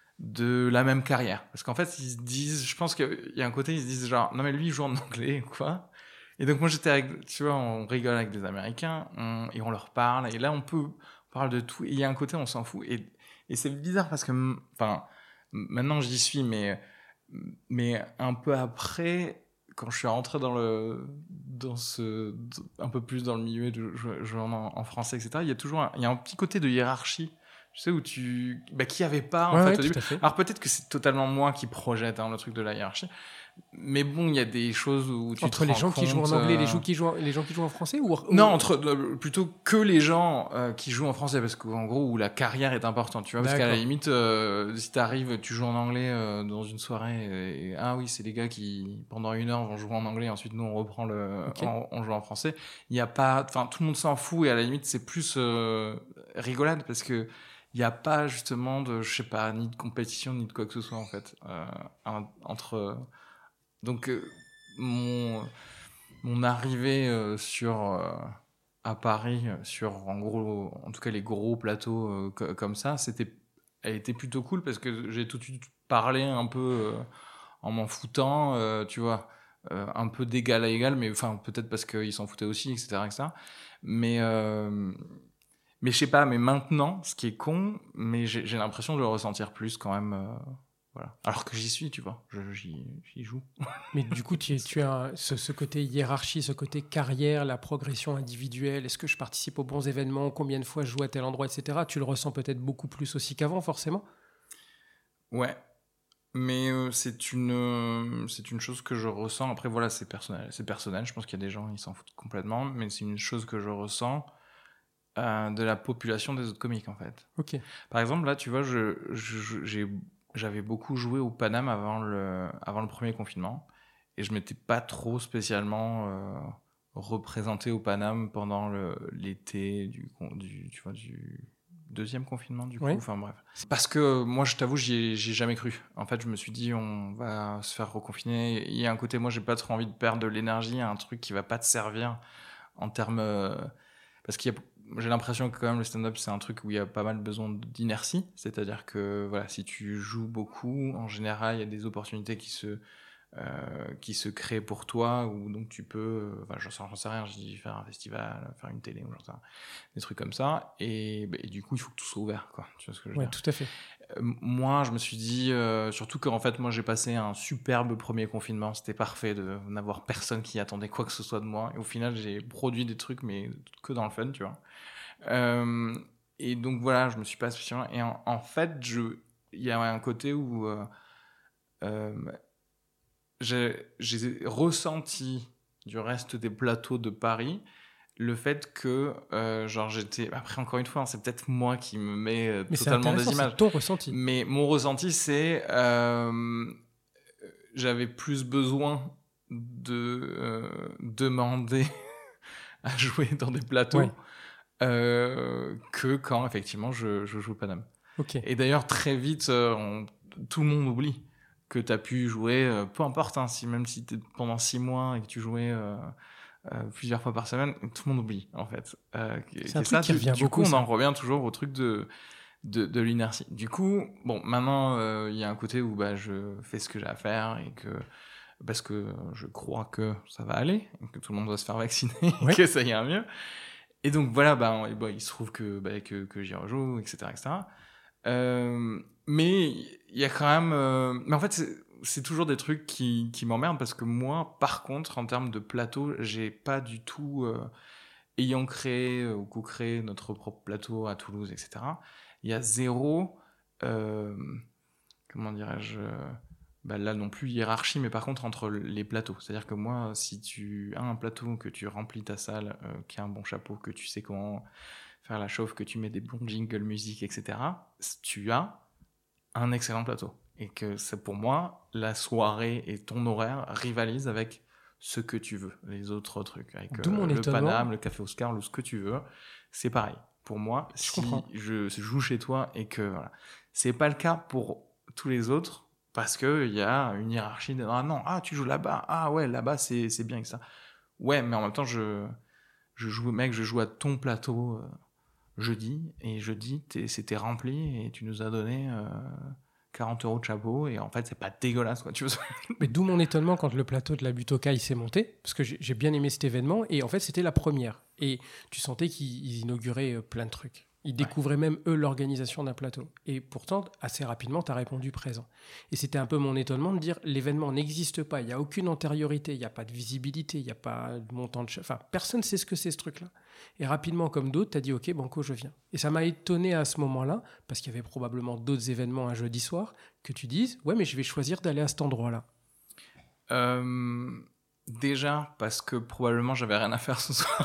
de la même carrière. Parce qu'en fait, ils se disent, je pense qu'il y a un côté, ils se disent genre, non mais lui, il joue en anglais, quoi. Et donc moi, j'étais avec, tu vois, on rigole avec des Américains, on, et on leur parle, et là, on peut, on parle de tout, et il y a un côté, on s'en fout. Et, et c'est bizarre parce que, enfin, maintenant, j'y suis, mais, mais un peu après, quand je suis rentré dans le, dans ce, un peu plus dans le milieu de jouer en, en français, et cetera, il y a toujours un, il y a un petit côté de hiérarchie, tu sais, où tu, bah, qu'il n'y avait pas, en ouais, fait, ouais, au début. Fait. Alors peut-être que c'est totalement moi qui projette, hein, le truc de la hiérarchie. Mais bon, il y a des choses où tu entre te les rends gens compte, qui jouent en anglais, euh... les gens qui jouent, en, les gens qui jouent en français ou non, entre euh, plutôt que les gens euh, qui jouent en français, parce qu'en gros où la carrière est importante, tu vois, parce D'accord. qu'à la limite, euh, si t'arrives, tu joues en anglais euh, dans une soirée, et, et ah oui, c'est les gars qui pendant une heure vont jouer en anglais, et ensuite nous on reprend le, okay. on, on joue en français. Il y a pas, enfin tout le monde s'en fout et à la limite c'est plus euh, rigolade parce que il y a pas justement de, je sais pas, ni de compétition ni de quoi que ce soit en fait euh, un, entre donc euh, mon mon arrivée euh, sur euh, à Paris sur en gros en tout cas les gros plateaux euh, co- comme ça, c'était elle était plutôt cool parce que j'ai tout de suite parlé un peu euh, en m'en foutant, euh, tu vois, euh, un peu d'égal à égal, mais enfin peut-être parce qu'ils s'en foutaient aussi, et cetera, et cetera. Mais euh, mais je sais pas, mais maintenant, ce qui est con, mais j'ai, j'ai l'impression de le ressentir plus quand même. Euh, Voilà. Alors que j'y suis, tu vois, je, j'y, j'y joue. Mais du coup, tu, tu as ce, ce côté hiérarchie, ce côté carrière, la progression individuelle. Est-ce que je participe aux bons événements? Combien de fois je joue à tel endroit, et cetera. Tu le ressens peut-être beaucoup plus aussi qu'avant, forcément? Ouais. Mais euh, c'est, une, euh, c'est une chose que je ressens. Après, voilà, c'est personnel. C'est personnel. Je pense qu'il y a des gens qui s'en foutent complètement. Mais c'est une chose que je ressens euh, de la population des autres comiques, en fait. Ok. Par exemple, là, tu vois, je, je, j'ai... j'avais beaucoup joué au Paname avant le, avant le premier confinement et je m'étais pas trop spécialement euh, représenté au Paname pendant le, l'été du, du, tu vois, du deuxième confinement du coup. Oui. Enfin bref. Parce que moi, je t'avoue, j'y ai, j'y ai jamais cru. En fait, je me suis dit, on va se faire reconfiner. Il y a un côté, moi, j'ai pas trop envie de perdre de l'énergie à un truc qui va pas te servir en termes... Euh, parce qu'il y a j'ai l'impression que quand même le stand-up c'est un truc où il y a pas mal besoin d'inertie, c'est-à-dire que voilà, si tu joues beaucoup, en général il y a des opportunités qui se euh, qui se créent pour toi, ou donc tu peux, enfin j'en sais, j'en sais rien, je dis faire un festival, faire une télé ou j'en sais rien, des trucs comme ça, et, bah, et du coup il faut que tout soit ouvert, quoi. Tu vois ce que je veux ouais, dire? Tout à fait. Euh, moi je me suis dit, euh, surtout qu'en fait moi j'ai passé un superbe premier confinement, c'était parfait de n'avoir personne qui attendait quoi que ce soit de moi, et au final j'ai produit des trucs mais que dans le fun, tu vois. Euh, et donc voilà, je me suis pas spécialement. Et en, en fait, je, il y a un côté où euh, euh, j'ai, j'ai ressenti du reste des plateaux de Paris le fait que, euh, genre, j'étais. Après, encore une fois, hein, c'est peut-être moi qui me mets euh, mais totalement des images. C'est ton ressenti. Mais mon ressenti, c'est. Euh, j'avais plus besoin de euh, demander à jouer dans des plateaux. Ouais. Euh, que quand effectivement je, je joue au Paname. Okay. Et d'ailleurs très vite euh, on, tout le monde oublie que tu as pu jouer, euh, peu importe, hein, si, même si tu es pendant six mois et que tu jouais euh, euh, plusieurs fois par semaine, tout le monde oublie en fait. Euh, c'est un truc ça, qui revient du beaucoup. Du coup ça. on en revient toujours au truc de, de, de l'inertie. Du coup, bon, maintenant il euh, y a un côté où bah, je fais ce que j'ai à faire et que parce que je crois que ça va aller, que tout le monde doit se faire vacciner, ouais. que ça ira mieux. et donc voilà, bah, et, bah, il se trouve que, bah, que, que j'y rejoue, et cetera, et cetera. Euh, mais il y a quand même... Euh... Mais en fait, c'est, c'est toujours des trucs qui, qui m'emmerdent parce que moi, par contre, en termes de plateau, j'ai pas du tout... Euh, ayant créé ou co-créé notre propre plateau à Toulouse, et cetera, il y a zéro... Euh, comment dirais-je... Bah là non plus hiérarchie, mais par contre entre les plateaux. C'est-à-dire que moi, si tu as un plateau, que tu remplis ta salle, euh, qui a un bon chapeau, que tu sais comment faire la chauffe, que tu mets des bons jingles musique, et cetera, tu as un excellent plateau. Et que c'est pour moi, la soirée et ton horaire rivalisent avec ce que tu veux, les autres trucs. Avec euh, le Paname, le Café Oscar, le ce que tu veux, c'est pareil. Pour moi, je si comprends. je joue chez toi et que... Voilà, c'est pas le cas pour tous les autres, parce qu'il y a une hiérarchie de « Ah non, ah, tu joues là-bas, ah ouais, là-bas, c'est, c'est bien que ça. » Ouais, mais en même temps, je, je joue, mec, je joue à ton plateau euh, jeudi, et jeudi, c'était rempli, et tu nous as donné euh, quarante euros de chapeau, et en fait, c'est pas dégueulasse, quoi, tu vois. Mais d'où mon étonnement quand le plateau de la Butoka, il s'est monté, parce que j'ai, j'ai bien aimé cet événement, et en fait, c'était la première. Et tu sentais qu'ils inauguraient euh, plein de trucs. Ils découvraient ouais. même, eux, l'organisation d'un plateau. Et pourtant, assez rapidement, tu as répondu présent. Et c'était un peu mon étonnement de dire, l'événement n'existe pas, il n'y a aucune antériorité, il n'y a pas de visibilité, il n'y a pas de montant de... Enfin, personne ne sait ce que c'est ce truc-là. Et rapidement, comme d'autres, tu as dit, OK, banco, je viens. Et ça m'a étonné à ce moment-là, parce qu'il y avait probablement d'autres événements un jeudi soir, que tu dises, ouais, mais je vais choisir d'aller à cet endroit-là. Euh, déjà, parce que probablement, j'avais rien à faire ce soir.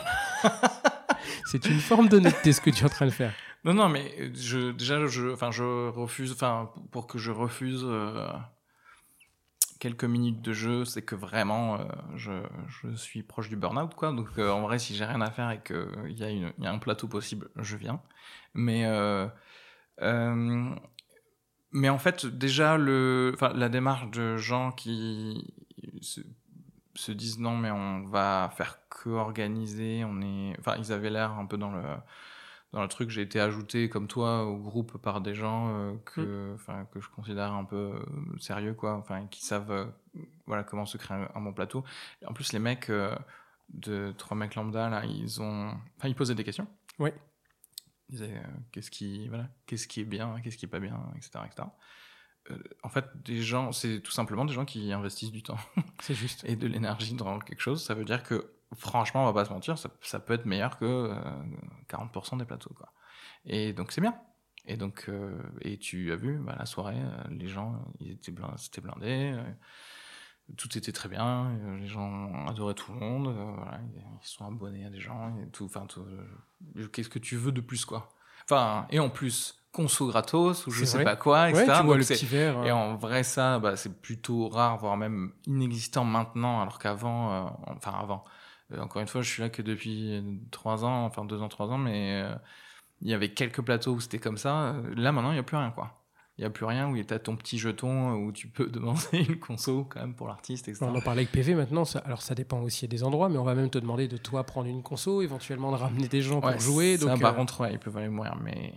C'est une forme d'honnêteté ce que tu es en train de faire. Non, non, mais je, déjà, je, enfin, je refuse, enfin, pour que je refuse euh, quelques minutes de jeu, c'est que vraiment, euh, je, je suis proche du burn-out, quoi. Donc, euh, en vrai, si j'ai rien à faire et qu'il y, y a un plateau possible, je viens. Mais, euh, euh, mais en fait, déjà, le, enfin, la démarche de gens qui se, se disent non, mais on va faire que organiser, on est, enfin, ils avaient l'air un peu dans le dans le truc. J'ai été ajouté comme toi au groupe par des gens euh, que enfin mmh. que je considère un peu euh, sérieux, quoi, enfin qui savent euh, voilà comment se créer un, un bon plateau. Et en plus, les mecs euh, de trois mecs lambda là, ils ont enfin ils posaient des questions. Oui. Ils disaient euh, qu'est-ce qui voilà qu'est-ce qui est bien, qu'est-ce qui est pas bien, etc etc. Euh, en fait, des gens, c'est tout simplement des gens qui investissent du temps. C'est juste. Et de l'énergie dans quelque chose. Ça veut dire que, franchement, on va pas se mentir, ça, ça peut être meilleur que euh, quarante pour cent des plateaux, quoi. Et donc, c'est bien. Et donc, euh, et tu as vu, bah, la soirée, euh, les gens, ils étaient blindés, c'était blindé, euh, tout était très bien, euh, les gens adoraient tout le monde, euh, voilà, ils, ils sont abonnés à des gens, et tout, enfin, euh, qu'est-ce que tu veux de plus, quoi. Enfin, et en plus, conso gratos ou je c'est sais vrai. pas quoi, et cetera. Ouais, tu vois donc le petit verre. Et en vrai, ça, bah, c'est plutôt rare, voire même inexistant maintenant, alors qu'avant, euh, enfin avant, euh, encore une fois, je suis là que depuis trois ans, enfin deux ans, trois ans, mais euh, il y avait quelques plateaux où c'était comme ça. Là, maintenant, il n'y a plus rien, quoi. Il n'y a plus rien où tu as ton petit jeton où tu peux demander une conso quand même pour l'artiste, et cetera. On en parlait avec P V maintenant, ça, alors ça dépend aussi des endroits, mais on va même te demander de toi prendre une conso, éventuellement de ramener des gens ouais, pour jouer. Ça, donc, par euh... contre, ouais, ils peuvent aller mourir, mais...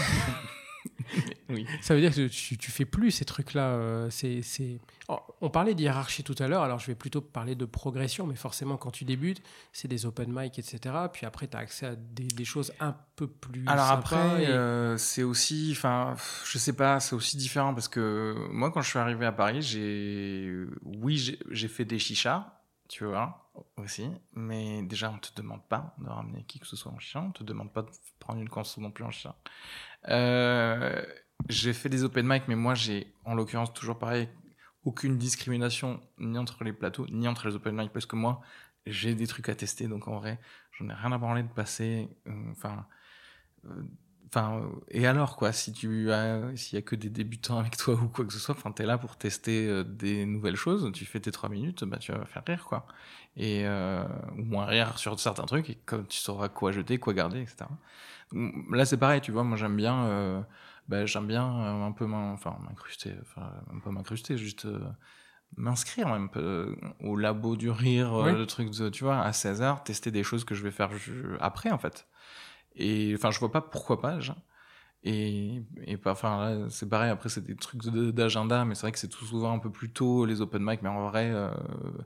oui. Ça veut dire que tu, tu fais plus ces trucs-là. Euh, c'est, c'est... Oh, on parlait de hiérarchie tout à l'heure, alors je vais plutôt parler de progression, mais forcément quand tu débutes, c'est des open mic, et cetera. Puis après, tu as accès à des, des choses un peu plus alors sympas. après, et... euh, c'est aussi, enfin, je sais pas, c'est aussi différent parce que moi, quand je suis arrivé à Paris, j'ai, oui, j'ai, j'ai fait des chichas, tu vois, aussi, mais déjà, on te demande pas de ramener qui que ce soit en chicha, on te demande pas de prendre une conso non plus en chicha. Euh, j'ai fait des open mic, mais moi j'ai, en l'occurrence, toujours pareil, aucune discrimination ni entre les plateaux ni entre les open mic, parce que moi j'ai des trucs à tester, donc en vrai j'en ai rien à branler de passer. Enfin, euh, enfin, euh, et alors quoi, si tu as, s'il y a que des débutants avec toi ou quoi que ce soit, enfin t'es là pour tester euh, des nouvelles choses, tu fais tes trois minutes, bah tu vas faire rire, quoi, et euh, ou moins rire sur certains trucs, et comme tu sauras quoi jeter, quoi garder, et cetera. Là c'est pareil, tu vois, moi j'aime bien euh, bah, j'aime bien euh, un peu m'in... enfin, m'incruster, enfin un peu m'incruster, juste euh, m'inscrire même euh, au labo du rire, oui. euh, le truc de, tu vois, à seize heures, tester des choses que je vais faire je... après en fait, et enfin je vois pas pourquoi pas déjà. Et, et enfin là c'est pareil, après c'est des trucs de, d'agenda, mais c'est vrai que c'est tout souvent un peu plus tôt les open mic, mais en vrai euh,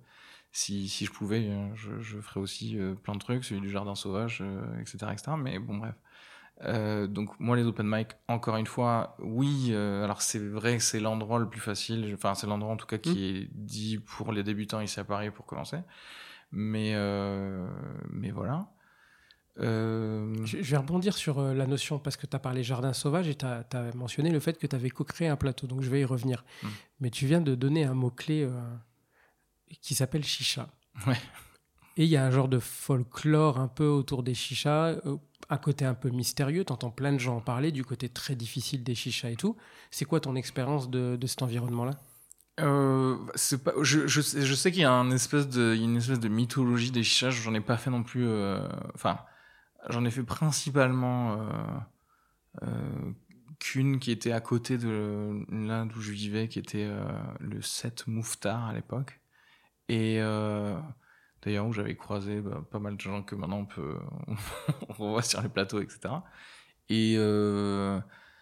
si, si je pouvais, je, je ferais aussi euh, plein de trucs, celui du jardin sauvage, euh, et cetera, et cetera. Mais bon, bref. Euh, donc moi les open mic, encore une fois, oui, euh, alors c'est vrai que c'est l'endroit le plus facile, enfin c'est l'endroit en tout cas qui mmh. est dit pour les débutants ici à Paris pour commencer, mais euh, mais voilà. Euh... Je, je vais rebondir sur euh, la notion parce que tu as parlé jardin sauvage et tu as mentionné le fait que tu avais co-créé un plateau, donc je vais y revenir. Mmh. Mais tu viens de donner un mot-clé euh, qui s'appelle chicha. Ouais. Et il y a un genre de folklore un peu autour des chichas, euh, un côté un peu mystérieux, tu entends plein de gens en parler, du côté très difficile des chichas et tout. C'est quoi ton expérience de, de cet environnement-là ? euh, c'est pas, je, je, sais, je sais qu'il y a une espèce de, une espèce de mythologie des chichas, j'en ai pas fait non plus... Enfin, euh, j'en ai fait principalement euh, euh, qu'une qui était à côté de là d'où je vivais, qui était euh, le sept Mouffetard à l'époque. Et... Euh, D'ailleurs, où j'avais croisé bah, pas mal de gens que maintenant on peut on revoit sur les plateaux, et cetera. Et, euh,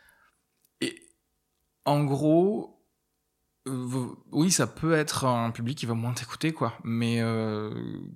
et en gros, euh, oui, ça peut être un public qui va moins t'écouter, quoi. Mais euh,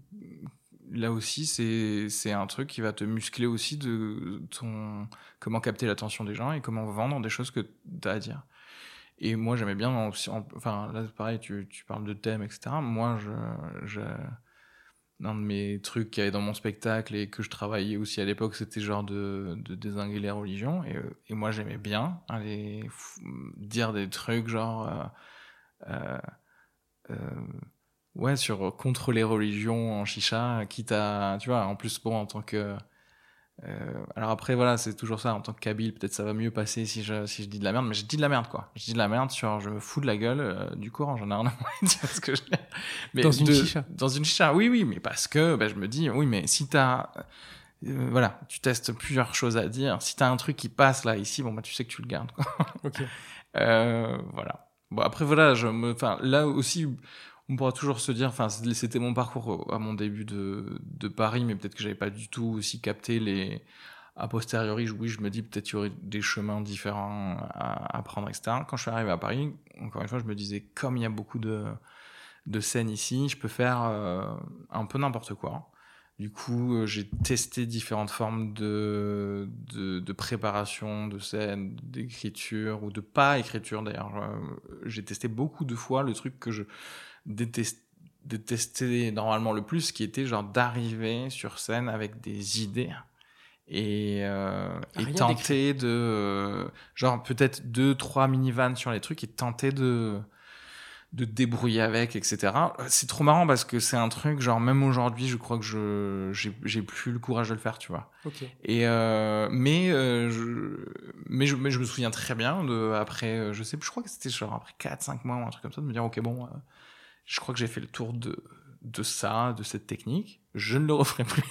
là aussi, c'est c'est un truc qui va te muscler aussi de ton comment capter l'attention des gens et comment vendre des choses que tu as à dire. Et moi, j'aimais bien, en, en, enfin là, pareil, tu, tu parles de thèmes, et cetera. Moi, je, je un de mes trucs qu'il y avait dans mon spectacle et que je travaillais aussi à l'époque, c'était genre de, de dézinguer les religions. Et, et moi, j'aimais bien aller f- dire des trucs genre... Euh, euh, euh, ouais, sur contre les religions en chicha, quitte à... Tu vois, en plus, bon, en tant que... Euh, alors après, voilà, c'est toujours ça. En tant que Kabyle, peut-être ça va mieux passer si je, si je dis de la merde, mais je dis de la merde, quoi. Je dis de la merde sur je me fous de la gueule euh, du Coran, j'en ai rien à dire ce que je mais Dans une de, chicha. Dans une chicha, oui, oui, mais parce que bah, je me dis, oui, mais si t'as. Euh, voilà, tu testes plusieurs choses à dire. Si t'as un truc qui passe là, ici, bon, bah, tu sais que tu le gardes, quoi. Ok. euh, voilà. Bon, après, voilà, je me. Enfin, là aussi. On pourra toujours se dire, enfin, c'était mon parcours à mon début de, de Paris, mais peut-être que j'avais pas du tout aussi capté les. A posteriori, oui, je me dis peut-être qu'il y aurait des chemins différents à, à prendre, et cetera. Quand je suis arrivé à Paris, encore une fois, je me disais, comme il y a beaucoup de, de scènes ici, je peux faire euh, un peu n'importe quoi. Du coup, euh, j'ai testé différentes formes de, de, de préparation de scène, d'écriture, ou de pas écriture d'ailleurs. Euh, j'ai testé beaucoup de fois le truc que je détestais détestais normalement le plus, qui était genre d'arriver sur scène avec des idées et, euh, et tenter de euh, genre peut-être deux trois minivans sur les trucs et tenter de de débrouiller avec, etc. C'est trop marrant parce que c'est un truc genre même aujourd'hui je crois que je j'ai, j'ai plus le courage de le faire, tu vois. Okay. Et euh, mais euh, je mais je mais je me souviens très bien de après je sais plus, je crois que c'était genre après quatre cinq mois ou un truc comme ça, de me dire ok bon euh, je crois que j'ai fait le tour de de ça, de cette technique, je ne le referai plus.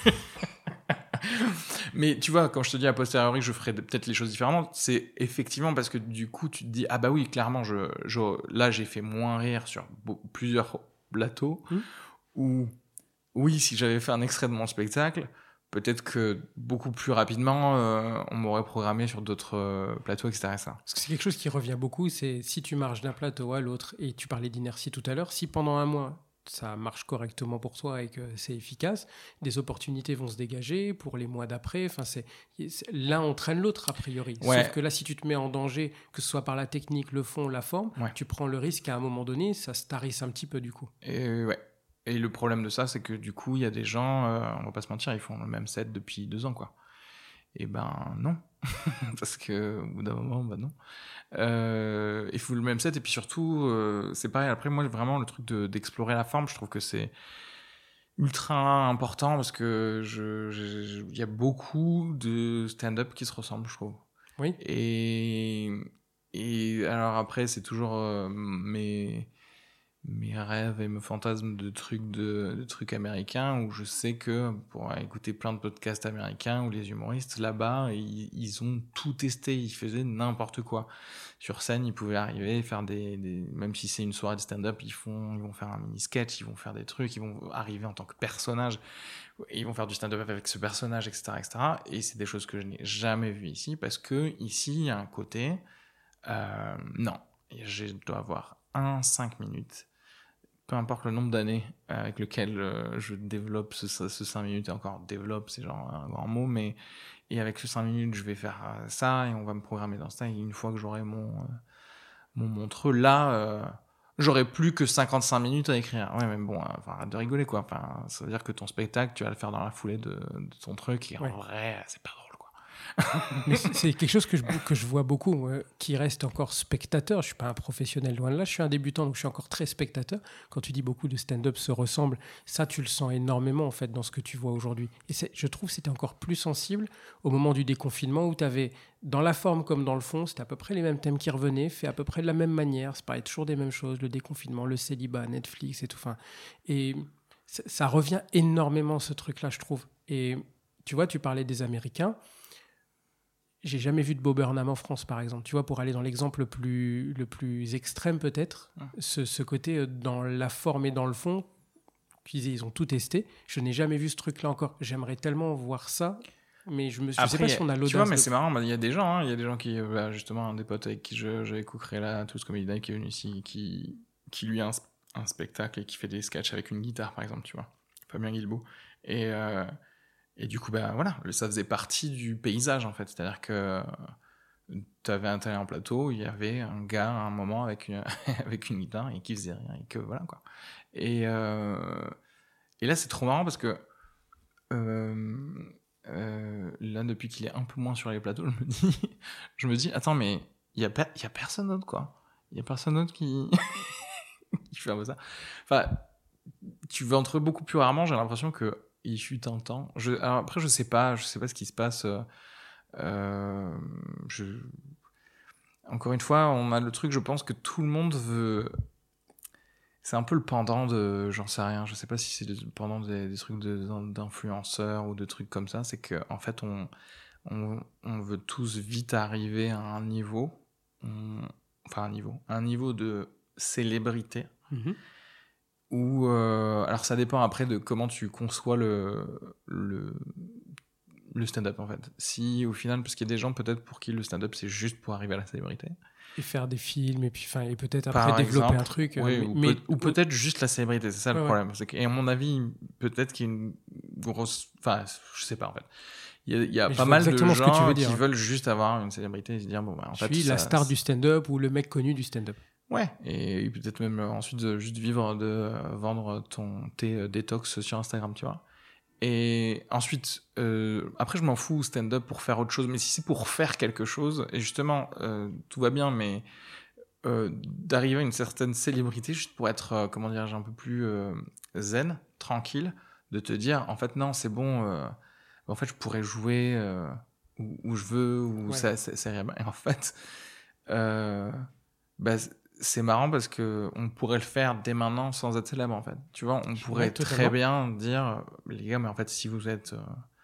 Mais tu vois, quand je te dis a posteriori que je ferais peut-être les choses différemment, c'est effectivement parce que du coup, tu te dis, ah bah oui, clairement, je, je, là, j'ai fait moins rire sur beaucoup, plusieurs plateaux, mmh. Ou oui, si j'avais fait un extrait de mon spectacle, peut-être que beaucoup plus rapidement, euh, on m'aurait programmé sur d'autres euh, plateaux, et cetera, et cetera. Parce que c'est quelque chose qui revient beaucoup, c'est si tu marches d'un plateau à l'autre, et tu parlais d'inertie tout à l'heure, si pendant un mois, ça marche correctement pour toi et que c'est efficace, des opportunités vont se dégager pour les mois d'après. Enfin, c'est, c'est l'un entraîne l'autre a priori. Ouais. Sauf que là, si tu te mets en danger, que ce soit par la technique, le fond, la forme, ouais. tu prends le risque qu'à un moment donné, ça se tarisse un petit peu du coup. Et ouais. Et le problème de ça, c'est que du coup, il y a des gens, euh, on va pas se mentir, ils font le même set depuis deux ans, quoi. Et ben non, parce que au bout d'un moment, ben non. Euh, il faut le même set et puis surtout, euh, c'est pareil. Après, moi, vraiment, le truc de, d'explorer la forme, je trouve que c'est ultra important parce que je, je, il y a beaucoup de stand-up qui se ressemblent, je trouve. Oui. Et et alors après, c'est toujours euh, mes mes rêves et mes fantasmes de trucs de, de trucs américains où je sais que pour écouter plein de podcasts américains où les humoristes là-bas ils, ils ont tout testé, ils faisaient n'importe quoi sur scène, ils pouvaient arriver faire des, des même si c'est une soirée de stand-up, ils font ils vont faire un mini sketch, ils vont faire des trucs, ils vont arriver en tant que personnage, ils vont faire du stand-up avec ce personnage, etc., etc., et c'est des choses que je n'ai jamais vues ici parce que ici il y a un côté euh, non, je dois avoir un cinq minutes peu importe le nombre d'années avec lequel euh, je développe ce, ce cinq minutes, et encore développe, c'est genre un grand mot, mais et avec ce cinq minutes, je vais faire euh, ça et on va me programmer dans ça. Et une fois que j'aurai mon, euh, mon montreux, là, euh, j'aurai plus que cinquante-cinq minutes à écrire. Ouais, mais bon, euh, enfin, arrête de rigoler, quoi. Enfin, ça veut dire que ton spectacle, tu vas le faire dans la foulée de, de ton truc et ouais. En vrai, c'est pas drôle. Mais c'est quelque chose que je, que je vois beaucoup, moi, qui reste encore spectateur. Je ne suis pas un professionnel, loin de là. Je suis un débutant, donc je suis encore très spectateur. Quand tu dis beaucoup de stand-up se ressemblent, ça, tu le sens énormément, en fait, dans ce que tu vois aujourd'hui. Et je trouve que c'était encore plus sensible au moment du déconfinement où tu avais, dans la forme comme dans le fond, c'était à peu près les mêmes thèmes qui revenaient, fait à peu près de la même manière. Ça parlait toujours des mêmes choses, le déconfinement, le célibat, Netflix et tout. Enfin, et ça, ça revient énormément, ce truc-là, je trouve. Et tu vois, tu parlais des Américains. J'ai jamais vu de Bo Burnham en France, par exemple. Tu vois, pour aller dans l'exemple le plus, le plus extrême, peut-être, mmh. ce, ce côté dans la forme et dans le fond, ils, ils ont tout testé. Je n'ai jamais vu ce truc-là encore. J'aimerais tellement voir ça, mais je ne sais pas si on a l'audace. Tu vois, mais de... c'est marrant, il y a des gens, il hein, y a des gens qui, bah, justement, un des potes avec qui je, j'avais co-créé là, Tous Comedy Night, qui est venu ici, qui, qui lui a un, un spectacle et qui fait des sketchs avec une guitare, par exemple, tu vois. Fabien Guilbeault. Et... Euh, Et du coup, ben voilà, ça faisait partie du paysage, en fait. C'est-à-dire que tu avais un tel en plateau, il y avait un gars, à un moment, avec une, avec une guitare, et qui faisait rien, et que voilà, quoi. Et, euh, et là, c'est trop marrant, parce que euh, euh, là, depuis qu'il est un peu moins sur les plateaux, je me dis, je me dis attends, mais il n'y a, per- y a personne d'autre, quoi. Il n'y a personne d'autre qui... qui fait un peu ça. Enfin, tu vas entre eux beaucoup plus rarement, j'ai l'impression que il fut un temps. Je, alors après, je sais pas, je sais pas ce qui se passe. Euh, je... Encore une fois, on a le truc, je pense que tout le monde veut. C'est un peu le pendant de, j'en sais rien. Je sais pas si c'est le pendant des, des trucs de, d'influenceurs ou de trucs comme ça. C'est que en fait, on, on, on veut tous vite arriver à un niveau, on, enfin un niveau, un niveau de célébrité. Mm-hmm. Ou euh, alors ça dépend après de comment tu conçois le, le, le stand-up en fait. Si au final, parce qu'il y a des gens peut-être pour qui le stand-up c'est juste pour arriver à la célébrité. Et faire des films et puis enfin et peut-être après Par développer exemple, un truc. Oui, euh, ou, mais, peut, ou peut-être juste la célébrité, c'est ça ouais, le problème. Ouais. C'est que, et à mon avis, peut-être qu'il y a une grosse, enfin je sais pas en fait. Il y a, il y a pas mal de gens que tu veux dire, qui hein. veulent juste avoir une célébrité et se dire bon bah en je fait. Je suis ça, la star du stand-up ou le mec connu du stand-up. Ouais, et peut-être même ensuite de juste vivre de euh, vendre ton thé euh, détox sur Instagram, tu vois. Et ensuite, euh, après je m'en fous stand-up pour faire autre chose, mais si c'est pour faire quelque chose, et justement, euh, tout va bien, mais euh, d'arriver à une certaine célébrité juste pour être, euh, comment dire, un peu plus euh, zen, tranquille, de te dire, en fait non, c'est bon, euh, en fait je pourrais jouer euh, où, où je veux, où ouais. ça, ça, ça irait bien. Et en fait, euh, bah, c'est marrant parce que on pourrait le faire dès maintenant sans être célèbre en fait. Tu vois, on pourrait ouais, très bien dire les gars, mais en fait si vous êtes euh,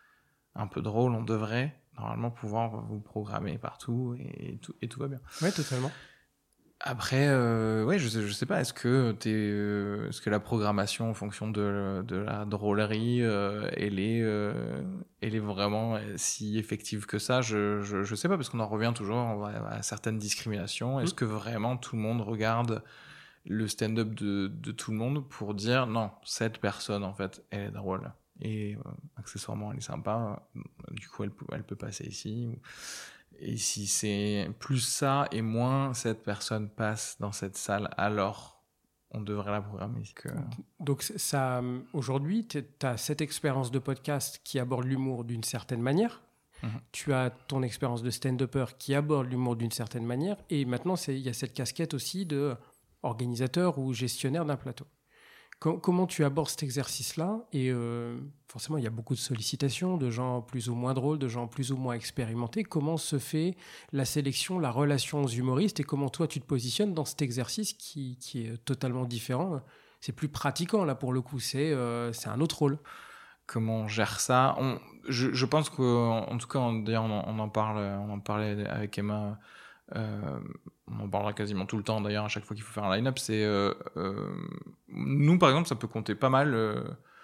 un peu drôle, on devrait normalement pouvoir vous programmer partout et, et tout et tout va bien. Ouais, totalement. Après, euh, ouais, je sais, je sais pas. Est-ce que t'es, euh, est-ce que la programmation en fonction de, de la drôlerie, euh, elle est, euh, elle est vraiment si effective que ça? Je, je, je sais pas parce qu'on en revient toujours à, à certaines discriminations. Est-ce mmh. que vraiment tout le monde regarde le stand-up de, de tout le monde pour dire non, cette personne en fait, elle est drôle et euh, accessoirement elle est sympa. Du coup, elle peut, elle peut passer ici. Ou... Et si c'est plus ça et moins cette personne passe dans cette salle, alors on devrait la programmer. Que... Donc ça, aujourd'hui, tu as cette expérience de podcast qui aborde l'humour d'une certaine manière. Mmh. Tu as ton expérience de stand-upper qui aborde l'humour d'une certaine manière. Et maintenant, il y a cette casquette aussi d'organisateur ou gestionnaire d'un plateau. Comment tu abordes cet exercice-là? Et euh, forcément, il y a beaucoup de sollicitations, de gens plus ou moins drôles, de gens plus ou moins expérimentés. Comment se fait la sélection, la relation aux humoristes? Et comment toi, tu te positionnes dans cet exercice qui, qui est totalement différent? C'est plus pratiquant, là, pour le coup. C'est, euh, c'est un autre rôle. Comment on gère ça? on, je, je pense qu'en en tout cas, on, d'ailleurs, on en, on en parle, on en parlait avec Emma... Euh, on en parlera quasiment tout le temps d'ailleurs à chaque fois qu'il faut faire un line-up. C'est euh, euh, nous par exemple ça peut compter pas mal euh,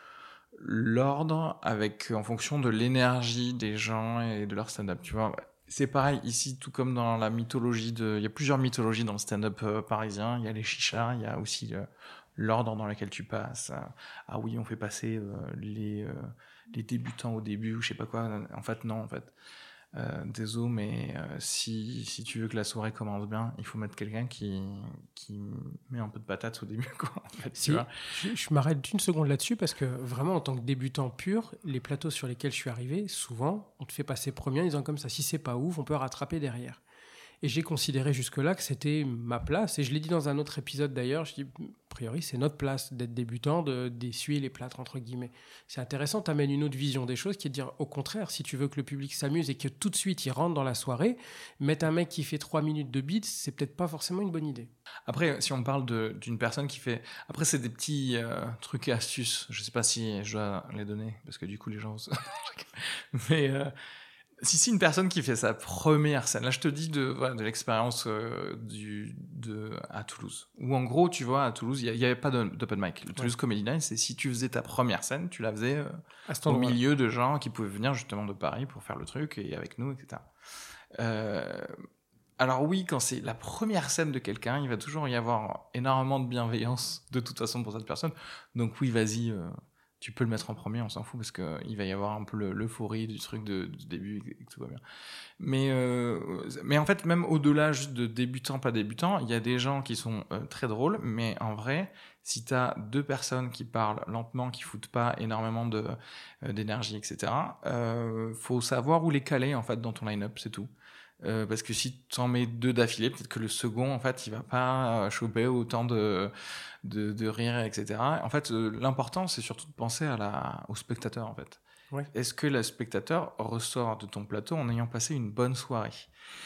l'ordre avec en fonction de l'énergie des gens et de leur stand-up, tu vois. C'est pareil ici, tout comme dans la mythologie de, il y a plusieurs mythologies dans le stand-up euh, parisien. Il y a les chichards, il y a aussi euh, l'ordre dans lequel tu passes. Ah oui, on fait passer euh, les, euh, les débutants au début, ou je sais pas quoi. En fait, non, en fait. Euh, désolé, mais euh, si, si tu veux que la soirée commence bien, il faut mettre quelqu'un qui, qui met un peu de patate au début, quoi. En fait, si, tu vois. Je, je m'arrête une seconde là-dessus parce que vraiment, en tant que débutant pur, les plateaux sur lesquels je suis arrivé, souvent, on te fait passer premier en disant comme ça, si c'est pas ouf, on peut rattraper derrière. Et j'ai considéré jusque-là que c'était ma place. Et je l'ai dit dans un autre épisode d'ailleurs, je dis, a priori, c'est notre place d'être débutant, de, d'essuyer les plâtres, entre guillemets. C'est intéressant, tu amènes une autre vision des choses qui est de dire, au contraire, si tu veux que le public s'amuse et que tout de suite il rentre dans la soirée, mettre un mec qui fait trois minutes de beat, c'est peut-être pas forcément une bonne idée. Après, si on parle de, d'une personne qui fait... Après, c'est des petits euh, trucs et astuces. Je sais pas si je dois les donner, parce que du coup, les gens... Mais... Euh... Si c'est une personne qui fait sa première scène, là je te dis de, voilà, de l'expérience euh, du, de, à Toulouse, où en gros, tu vois, à Toulouse, il n'y avait pas d'open mic. Le Toulouse ouais. Comedy Night, c'est si tu faisais ta première scène, tu la faisais euh, au milieu de gens qui pouvaient venir justement de Paris pour faire le truc, et avec nous, et cetera. Euh, alors oui, quand c'est la première scène de quelqu'un, il va toujours y avoir énormément de bienveillance de toute façon pour cette personne. Donc oui, vas-y... Euh, tu peux le mettre en premier, on s'en fout, parce qu'il va y avoir un peu le, l'euphorie du truc de, du début et que tout va bien. Mais, euh, mais en fait, même au-delà juste de débutant, pas débutant, il y a des gens qui sont euh, très drôles, mais en vrai, si tu as deux personnes qui parlent lentement, qui foutent pas énormément de, euh, d'énergie, et cetera, euh, faut savoir où les caler en fait, dans ton line-up, c'est tout. Euh, parce que si tu en mets deux d'affilée, peut-être que le second, en fait, il va pas choper autant de, de, de rire, et cetera. En fait, euh, l'important, c'est surtout de penser à la, au spectateur, en fait. Ouais. Est-ce que le spectateur ressort de ton plateau en ayant passé une bonne soirée ?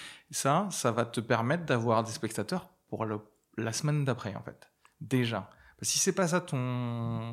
Ça, ça va te permettre d'avoir des spectateurs pour le, la semaine d'après, en fait. Déjà. Parce que si c'est pas ça ton,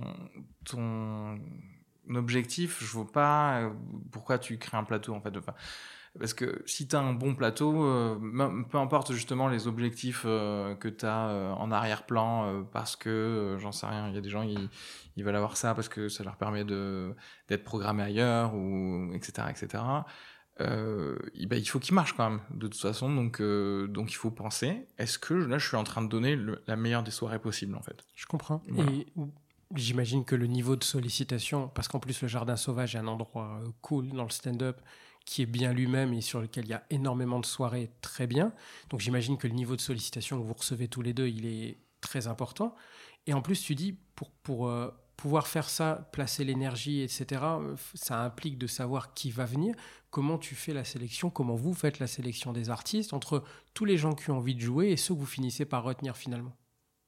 ton objectif, je vois pas pourquoi tu crées un plateau, en fait. Enfin, parce que si tu as un bon plateau, euh, peu importe justement les objectifs euh, que tu as euh, en arrière-plan, euh, parce que, euh, j'en sais rien, il y a des gens, ils, ils veulent avoir ça parce que ça leur permet de, d'être programmés ailleurs, ou, et cetera, et cetera. Euh, et ben, il faut qu'ils marchent quand même, de toute façon. Donc, euh, donc il faut penser, est-ce que là, je suis en train de donner le, la meilleure des soirées possibles, en fait ? Je comprends. Voilà. Et j'imagine que le niveau de sollicitation, parce qu'en plus, le Jardin Sauvage est un endroit cool dans le stand-up, qui est bien lui-même et sur lequel il y a énormément de soirées très bien. Donc j'imagine que le niveau de sollicitation que vous recevez tous les deux, il est très important. Et en plus, tu dis, pour, pour euh, pouvoir faire ça, placer l'énergie, et cetera, ça implique de savoir qui va venir. Comment tu fais la sélection ? Comment vous faites la sélection des artistes entre tous les gens qui ont envie de jouer et ceux que vous finissez par retenir finalement ?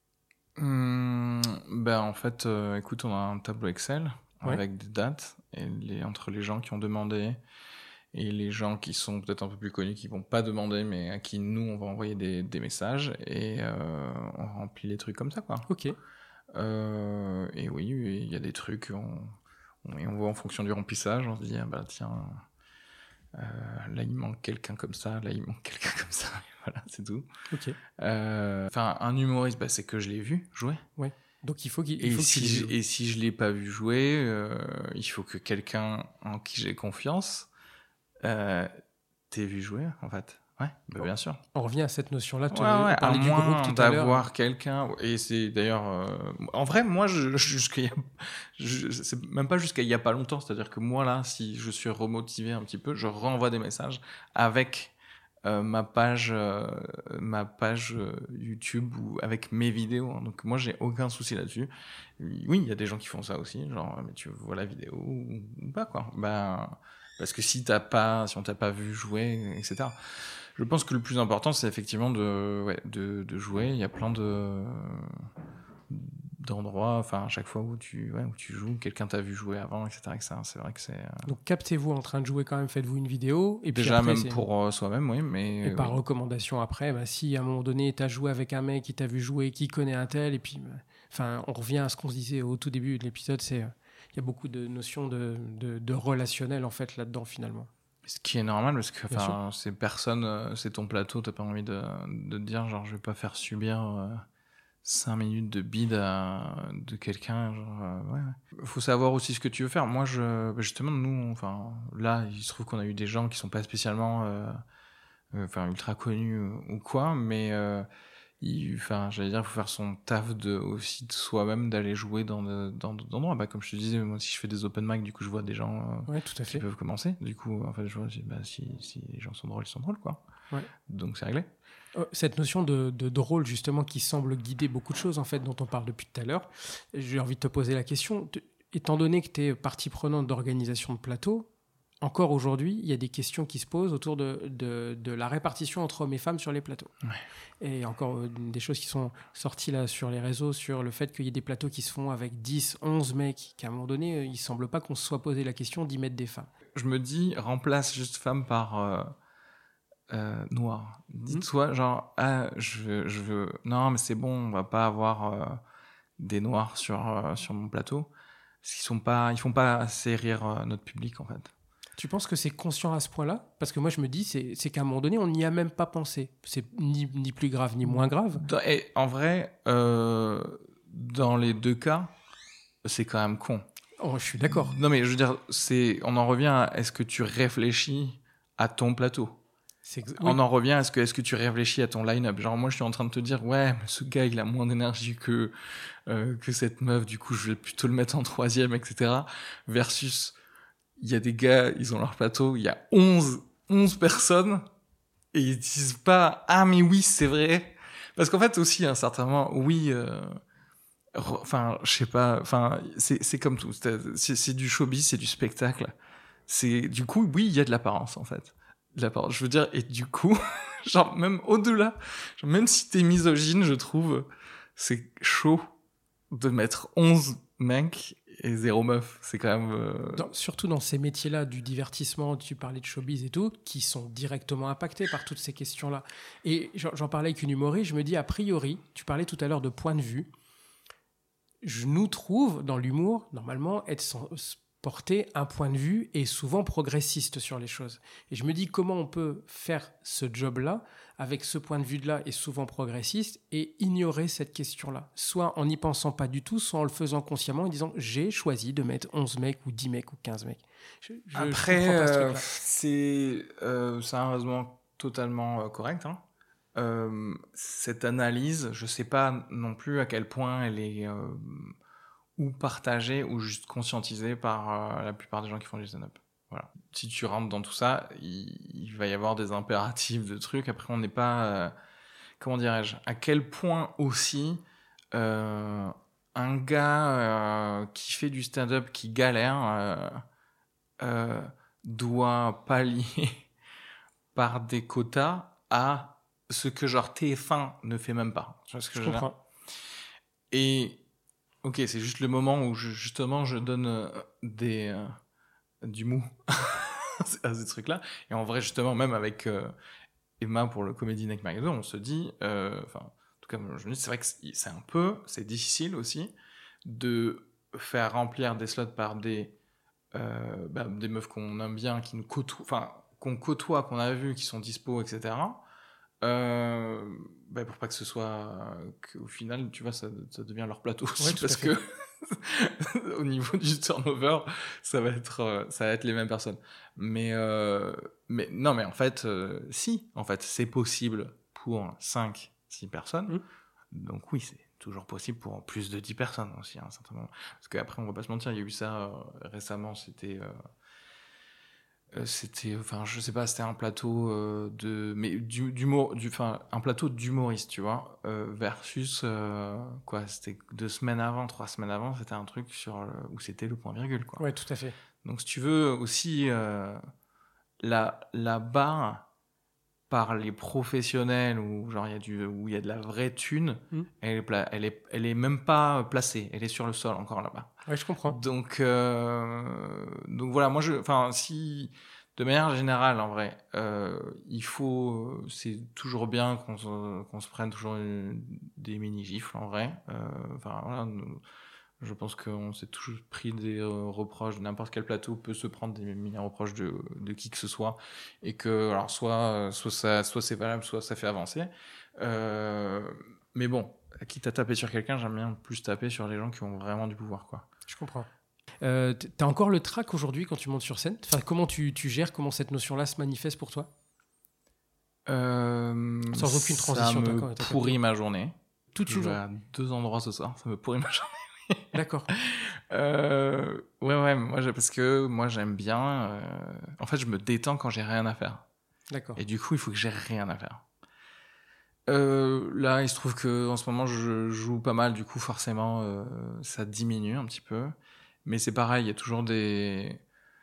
Mmh, ben en fait, euh, écoute, on a un tableau Excel ouais. avec des dates et les, entre les gens qui ont demandé et les gens qui sont peut-être un peu plus connus, qui vont pas demander, mais à qui nous, on va envoyer des, des messages, et euh, on remplit les trucs comme ça, quoi. Ok. Euh, et oui, il y a des trucs, on, on, et on voit en fonction du remplissage, on se dit, ah bah tiens, euh, là il manque quelqu'un comme ça, là il manque quelqu'un comme ça, voilà, c'est tout. Ok. Euh, enfin, un humoriste, bah, c'est que je l'ai vu jouer. Ouais. Donc il faut qu'il. Il faut et, si je, et si je l'ai pas vu jouer, euh, il faut que quelqu'un en qui j'ai confiance Euh, t'es vu jouer, en fait. Ouais, bah, bien sûr. On revient à cette notion-là. Ouais, ouais, à du moins groupe tout d'avoir quelqu'un. Et c'est d'ailleurs... Euh, en vrai, moi, je, jusqu'à, je, c'est même pas jusqu'à il y a pas longtemps. C'est-à-dire que moi, là, si je suis remotivé un petit peu, je renvoie des messages avec euh, ma page, euh, ma page euh, YouTube ou avec mes vidéos. Hein. Donc moi, j'ai aucun souci là-dessus. Oui, il y a des gens qui font ça aussi. Genre, mais tu vois la vidéo ou, ou pas, quoi. Ben... Parce que si t'as pas, si on t'a pas vu jouer, et cetera. Je pense que le plus important, c'est effectivement de, ouais, de, de jouer. Il y a plein de d'endroits, enfin à chaque fois où tu, ouais, où tu joues, quelqu'un t'a vu jouer avant, et cetera. Et ça, c'est vrai que c'est. Donc captez-vous en train de jouer quand même, faites-vous une vidéo. Et puis déjà après, même c'est... pour euh, soi-même, oui, mais. Et par oui. recommandation après, bah, si à un moment donné t'as joué avec un mec qui t'a vu jouer, qui connaît un tel, et puis, enfin, bah, on revient à ce qu'on se disait au tout début de l'épisode, c'est. Il y a beaucoup de notions de, de, de relationnel en fait là-dedans finalement. Ce qui est normal parce que enfin c'est personne, c'est ton plateau, t'as pas envie de, de te dire genre je vais pas faire subir euh, cinq minutes de bide à, de quelqu'un. Genre, euh, ouais. Faut savoir aussi ce que tu veux faire. Moi je justement nous enfin là il se trouve qu'on a eu des gens qui sont pas spécialement euh, enfin ultra connus ou quoi, mais euh, il, enfin, j'allais dire, il faut faire son taf de, aussi de soi-même, d'aller jouer dans, de, dans d'autres endroits. Bah, comme je te disais, moi, si je fais des open mic, du coup, je vois des gens euh, ouais, tout à fait. qui peuvent commencer. Du coup, en fait, je vois, bah, si, si les gens sont drôles, ils sont drôles, quoi. Ouais. Donc, c'est réglé. Cette notion de, de drôle, justement, qui semble guider beaucoup de choses, en fait, dont on parle depuis tout à l'heure, j'ai envie de te poser la question. Étant donné que tu es partie prenante d'organisation de plateau, encore aujourd'hui, il y a des questions qui se posent autour de, de, de la répartition entre hommes et femmes sur les plateaux. Ouais. Et encore euh, des choses qui sont sorties là sur les réseaux, sur le fait qu'il y ait des plateaux qui se font avec dix, onze mecs, qu'à un moment donné, il ne semble pas qu'on se soit posé la question d'y mettre des femmes. Je me dis, remplace juste femme par euh, euh, noir. Dis-toi, mmh. genre, ah, je veux, je veux... Non, mais c'est bon, on va pas avoir euh, des noirs sur, euh, sur mon plateau. Parce qu'ils sont pas, ils font pas assez rire euh, notre public, en fait. Tu penses que c'est conscient à ce point-là ? Parce que moi, je me dis, c'est, c'est qu'à un moment donné, on n'y a même pas pensé. C'est ni, ni plus grave, ni moins grave. Dans, et en vrai, euh, dans les deux cas, c'est quand même con. Oh, je suis d'accord. Non, mais je veux dire, c'est, on en revient à est-ce que tu réfléchis à ton plateau ? C'est ex- oui. On en revient à est-ce que, est-ce que tu réfléchis à ton line-up ? Genre, moi, je suis en train de te dire, ouais, mais ce gars, il a moins d'énergie que, euh, que cette meuf, du coup, je vais plutôt le mettre en troisième, et cetera. Versus... il y a des gars, ils ont leur plateau, il y a onze, onze personnes, et ils disent pas « Ah, mais oui, c'est vrai !» Parce qu'en fait, aussi, à un certain moment, oui, euh, enfin, je sais pas, enfin, c'est, c'est comme tout, c'est, c'est du showbiz, c'est du spectacle. C'est, du coup, oui, il y a de l'apparence, en fait. De l'apparence, je veux dire, et du coup, genre, même au-delà, genre, même si t'es misogyne, je trouve, c'est chaud de mettre onze mecs et zéro meuf, c'est quand même... Euh... Dans, surtout dans ces métiers-là du divertissement, tu parlais de showbiz et tout, qui sont directement impactés par toutes ces questions-là. Et j'en, j'en parlais avec une humoriste, je me dis, a priori, tu parlais tout à l'heure de point de vue, je nous trouve, dans l'humour, normalement, être sans, porter un point de vue et souvent progressiste sur les choses. Et je me dis, comment on peut faire ce job-là avec ce point de vue-là et souvent progressiste et ignorer cette question-là, soit en n'y pensant pas du tout, soit en le faisant consciemment en disant j'ai choisi de mettre onze mecs ou dix mecs ou quinze mecs. Je, je, Après, je euh, c'est, euh, c'est un raisonnement totalement euh, correct. Hein. Euh, cette analyse, je ne sais pas non plus à quel point elle est euh, ou partagée ou juste conscientisée par euh, la plupart des gens qui font du stand-up. Voilà. Si tu rentres dans tout ça, il, il va y avoir des impératifs de trucs. Après, on n'est pas... Euh, comment dirais-je ? À quel point aussi euh, un gars euh, qui fait du stand-up, qui galère, euh, euh, doit pallier par des quotas à ce que genre T F un ne fait même pas. Tu vois ce que je, je comprends. Et ok, c'est juste le moment où je, justement je donne euh, des... Euh, du mou à ces trucs-là. Et en vrai, justement, même avec euh, Emma pour le Comedy Night Magazine, on se dit, enfin, euh, en tout cas, je me dis, c'est vrai que c'est, c'est un peu, c'est difficile aussi de faire remplir des slots par des, euh, bah, des meufs qu'on aime bien, qui nous côtoient, enfin, qu'on côtoie, qu'on a vu, qui sont dispo, et cetera. Euh, bah, pour pas que ce soit, qu'au final, tu vois, ça, ça devient leur plateau aussi, ouais, parce que au niveau du turnover, ça va être, ça va être les mêmes personnes. Mais, euh, mais non, mais en fait, euh, si, en fait, c'est possible pour cinq, six personnes. Mmh. Donc oui, c'est toujours possible pour plus de dix personnes aussi, hein, certainement. Parce qu'après, on va pas se mentir, il y a eu ça euh, récemment, c'était... Euh, Euh, c'était, enfin, je sais pas, c'était un plateau euh, de, mais du, d'humour, du, enfin, un plateau d'humoriste, tu vois, euh, versus euh, quoi, c'était deux semaines avant, trois semaines avant, c'était un truc sur le, où c'était le point virgule, quoi. Ouais, tout à fait. Donc, si tu veux aussi euh, la la barre par les professionnels où genre il y a du, où il y a de la vraie thune, mmh. elle est pla- elle est, elle est même pas placée, elle est sur le sol encore là-bas. Ouais, je comprends. Donc, euh, donc voilà, moi je, enfin si, de manière générale en vrai, euh, il faut, c'est toujours bien qu'on se, qu'on se prenne toujours une, des mini gifles en vrai. Enfin euh, voilà, nous, je pense qu'on s'est toujours pris des euh, reproches, n'importe quel plateau peut se prendre des mini reproches de, de qui que ce soit, et que alors soit, soit ça, soit c'est valable, soit ça fait avancer. Euh, mais bon, quitte à taper sur quelqu'un, j'aime bien plus taper sur les gens qui ont vraiment du pouvoir, quoi. Je comprends. Euh, t'as encore le trac aujourd'hui quand tu montes sur scène ? Enfin, comment tu, tu gères, comment cette notion-là se manifeste pour toi ? euh, Sans aucune transition. Ça me pourrit ma journée. Tout toujours. Je vais à deux endroits ce soir, ça me pourrit ma journée. D'accord. Euh, ouais, ouais, moi, parce que moi, j'aime bien... Euh, en fait, je me détends quand j'ai rien à faire. D'accord. Et du coup, il faut que j'ai rien à faire. Euh, là, il se trouve qu'en ce moment, je joue pas mal. Du coup, forcément, euh, ça diminue un petit peu. Mais c'est pareil, il y a toujours des...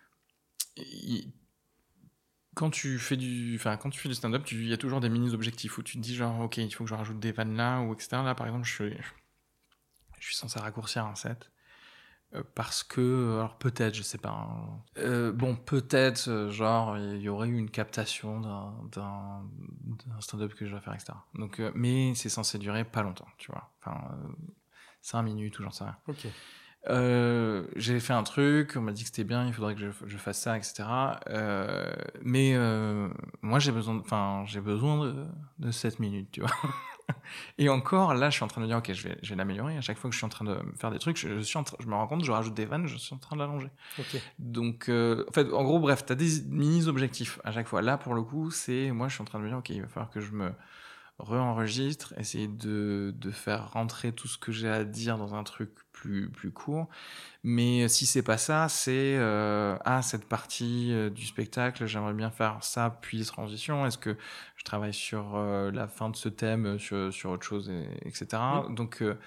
Il... Quand tu fais du, enfin, quand tu fais du stand-up, il y a toujours des mini-objectifs où tu te dis genre, ok, il faut que je rajoute des vannes là, ou et cetera. Là, par exemple, je suis, je suis censé raccourcir un set. Euh, parce que, alors peut-être, je sais pas. Hein. Euh, bon, peut-être, euh, genre, il y aurait eu une captation d'un, d'un, d'un stand-up que je dois faire, et cetera. Donc, euh, mais c'est censé durer pas longtemps, tu vois. Enfin, euh, cinq minutes ou j'en sais rien. Ok. Euh, j'ai fait un truc, on m'a dit que c'était bien, il faudrait que je, je fasse ça, et cetera. Euh, mais euh, moi, j'ai besoin, enfin, j'ai besoin de, de sept minutes, tu vois. Et encore, là, je suis en train de dire, ok, je vais, je vais l'améliorer. À chaque fois que je suis en train de faire des trucs, je, je, suis en tra- je me rends compte, je rajoute des vannes, je suis en train de l'allonger. Ok. Donc, euh, en fait, en gros, bref, t'as des mini-objectifs à chaque fois. Là, pour le coup, c'est, moi, je suis en train de me dire, ok, il va falloir que je me re-enregistre, essayer de, de faire rentrer tout ce que j'ai à dire dans un truc plus, plus court. Mais si c'est pas ça, c'est euh, ah, cette partie euh, du spectacle, j'aimerais bien faire ça, puis transition. Est-ce que je travaille sur euh, la fin de ce thème, sur, sur autre chose, et, etc. Mmh. Donc, euh,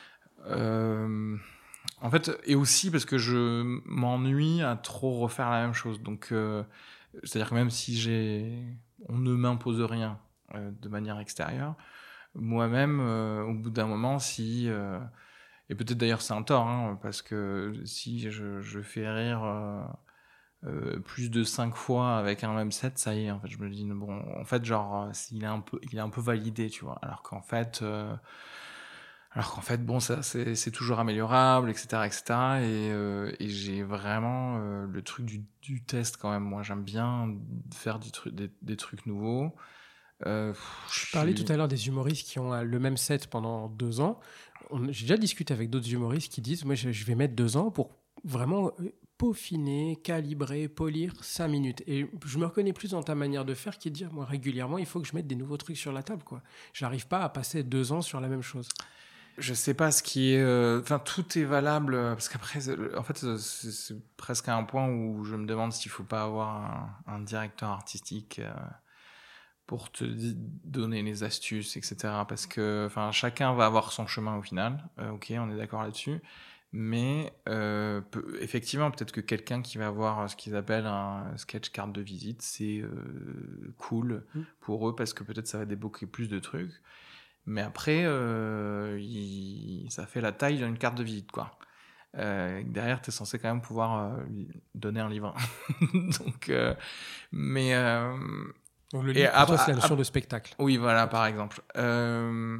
euh, en fait, et aussi parce que je m'ennuie à trop refaire la même chose. Donc, euh, c'est-à-dire que même si j'ai, on ne m'impose rien euh, de manière extérieure, moi-même, euh, au bout d'un moment, si euh, et peut-être d'ailleurs c'est un tort, hein, parce que si je, je fais rire euh, euh, plus de cinq fois avec un même set, ça y est, en fait, je me dis, bon, en fait, genre, il est un peu, il est un peu validé, tu vois, alors qu'en fait, euh, alors qu'en fait, bon, ça, c'est, c'est toujours améliorable, et cetera, et cetera, et, euh, et j'ai vraiment euh, le truc du, du test quand même, moi, j'aime bien faire des trucs, des, des trucs nouveaux. Euh, je parlais tout à l'heure des humoristes qui ont le même set pendant deux ans. On, j'ai déjà discuté avec d'autres humoristes qui disent, moi je, je vais mettre deux ans pour vraiment peaufiner, calibrer, polir cinq minutes. Et je me reconnais plus dans ta manière de faire qui est de dire, moi régulièrement, il faut que je mette des nouveaux trucs sur la table, quoi. J'arrive pas à passer deux ans sur la même chose. Je sais pas ce qui est... Enfin, euh, tout est valable, parce qu'après, en fait, c'est, c'est presque à un point où je me demande s'il faut pas avoir un, un directeur artistique... Euh, pour te donner les astuces, et cetera. Parce que enfin, chacun va avoir son chemin au final. Euh, ok, on est d'accord là-dessus. Mais euh, peu, effectivement, peut-être que quelqu'un qui va avoir ce qu'ils appellent un sketch carte de visite, c'est euh, cool mmh. pour eux parce que peut-être ça va débloquer plus de trucs. Mais après, euh, il, ça fait la taille d'une carte de visite, quoi. Euh, derrière, tu es censé quand même pouvoir euh, lui donner un livre. Donc, euh, mais... Euh, Donc le livre, pour toi, c'est la notion de spectacle. Oui, voilà, par exemple. Euh,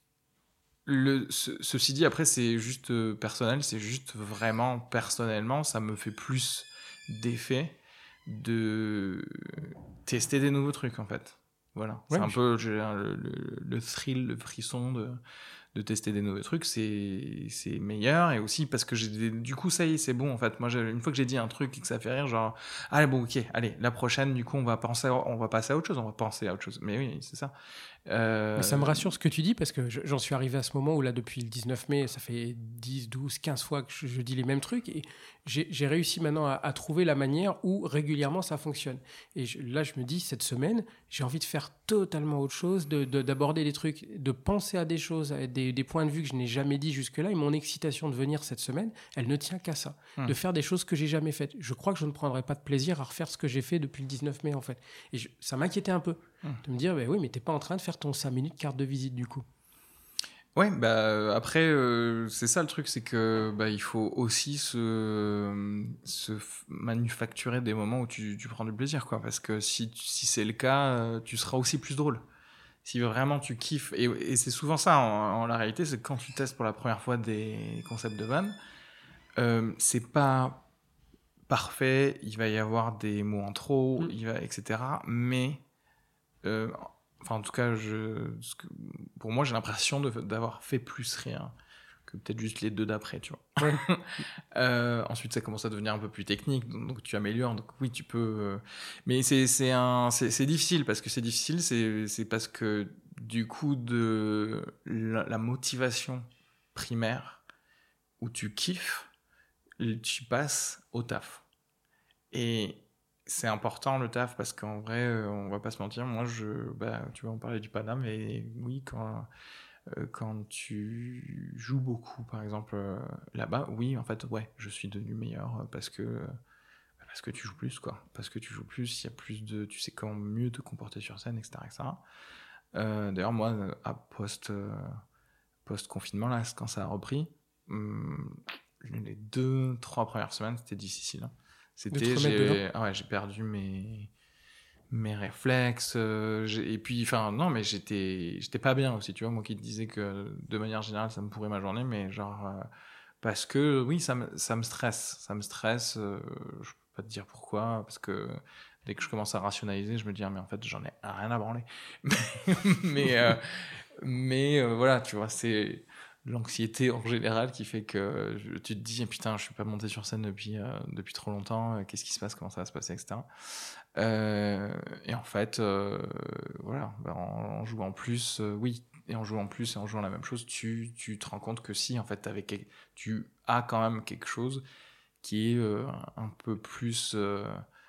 le, ce, ceci dit, après, c'est juste euh, personnel, c'est juste vraiment personnellement, ça me fait plus d'effet de tester des nouveaux trucs, en fait. Voilà. Ouais, c'est un je... peu j'ai, le, le, le thrill, le frisson de, de tester des nouveaux trucs, c'est, c'est meilleur. Et aussi parce que j'ai des, du coup, ça y est, c'est bon, en fait. Moi, j'ai, une fois que j'ai dit un truc et que ça fait rire, genre, allez, bon, ok, allez, la prochaine, du coup, on va, penser à, on va passer à autre chose, on va penser à autre chose. Mais oui, c'est ça. Euh... Mais ça me rassure ce que tu dis, parce que j'en suis arrivé à ce moment où, là, depuis le dix-neuf mai, ça fait dix, douze, quinze fois que je, je dis les mêmes trucs. Et j'ai, j'ai réussi maintenant à, à trouver la manière où régulièrement ça fonctionne. Et je, là, je me dis, cette semaine, j'ai envie de faire totalement autre chose, de, de, d'aborder des trucs, de penser à des choses, à des, des points de vue que je n'ai jamais dit jusque-là. Et mon excitation de venir cette semaine, elle ne tient qu'à ça, hum. de faire des choses que j'ai jamais faites. Je crois que je ne prendrai pas de plaisir à refaire ce que j'ai fait depuis le dix-neuf mai, en fait. Et je, ça m'inquiétait un peu. De me dire, bah oui, mais t'es pas en train de faire ton cinq minutes carte de visite du coup. Ouais, bah après, euh, c'est ça le truc, c'est que bah, il faut aussi se, se manufacturer des moments où tu, tu prends du plaisir, quoi. Parce que si, si c'est le cas, euh, tu seras aussi plus drôle. Si vraiment tu kiffes, et, et c'est souvent ça en, en la réalité, c'est que quand tu testes pour la première fois des concepts de vannes, euh, c'est pas parfait, il va y avoir des mots en trop, mmh. il va, et cetera. Mais Euh, enfin, en tout cas, je, pour moi, j'ai l'impression de, d'avoir fait plus rire que peut-être juste les deux d'après, tu vois. Ouais. euh, ensuite, ça commence à devenir un peu plus technique, donc, donc tu améliores. Donc oui, tu peux. Euh... Mais c'est c'est un c'est, c'est difficile parce que c'est difficile, c'est c'est parce que du coup de la, la motivation primaire où tu kiffes, tu passes au taf. Et c'est important le taf parce qu'en vrai, euh, on va pas se mentir. Moi, je, bah, tu vois, on parlait du Paname, et oui, quand euh, quand tu joues beaucoup, par exemple euh, là-bas, oui, en fait, ouais, je suis devenu meilleur parce que parce que tu joues plus, quoi. Parce que tu joues plus, il y a plus de, tu sais comment mieux te comporter sur scène, et cetera, et cetera. Euh, d'ailleurs, moi, à post euh, post confinement là, quand ça a repris, hum, les deux, trois premières semaines, c'était difficile. Hein. C'était, j'ai, ah ouais, j'ai perdu mes, mes réflexes, euh, et puis, enfin, non, mais j'étais, j'étais pas bien aussi, tu vois, moi qui te disais que de manière générale, ça me pourrait ma journée, mais genre, euh, parce que, oui, ça me, ça me stresse, ça me stresse, euh, je peux pas te dire pourquoi, parce que dès que je commence à rationaliser, je me dis, ah, mais en fait, j'en ai rien à branler. mais, euh, mais euh, voilà, tu vois, c'est l'anxiété en général qui fait que je, tu te dis, putain, je suis pas monté sur scène depuis, euh, depuis trop longtemps, euh, qu'est-ce qui se passe, comment ça va se passer, et cetera. Euh, et en fait, euh, voilà, ben en, en jouant plus, euh, oui, et en jouant plus et en jouant la même chose, tu, tu te rends compte que si, en fait, avec, tu as quand même quelque chose qui est euh, un peu plus euh,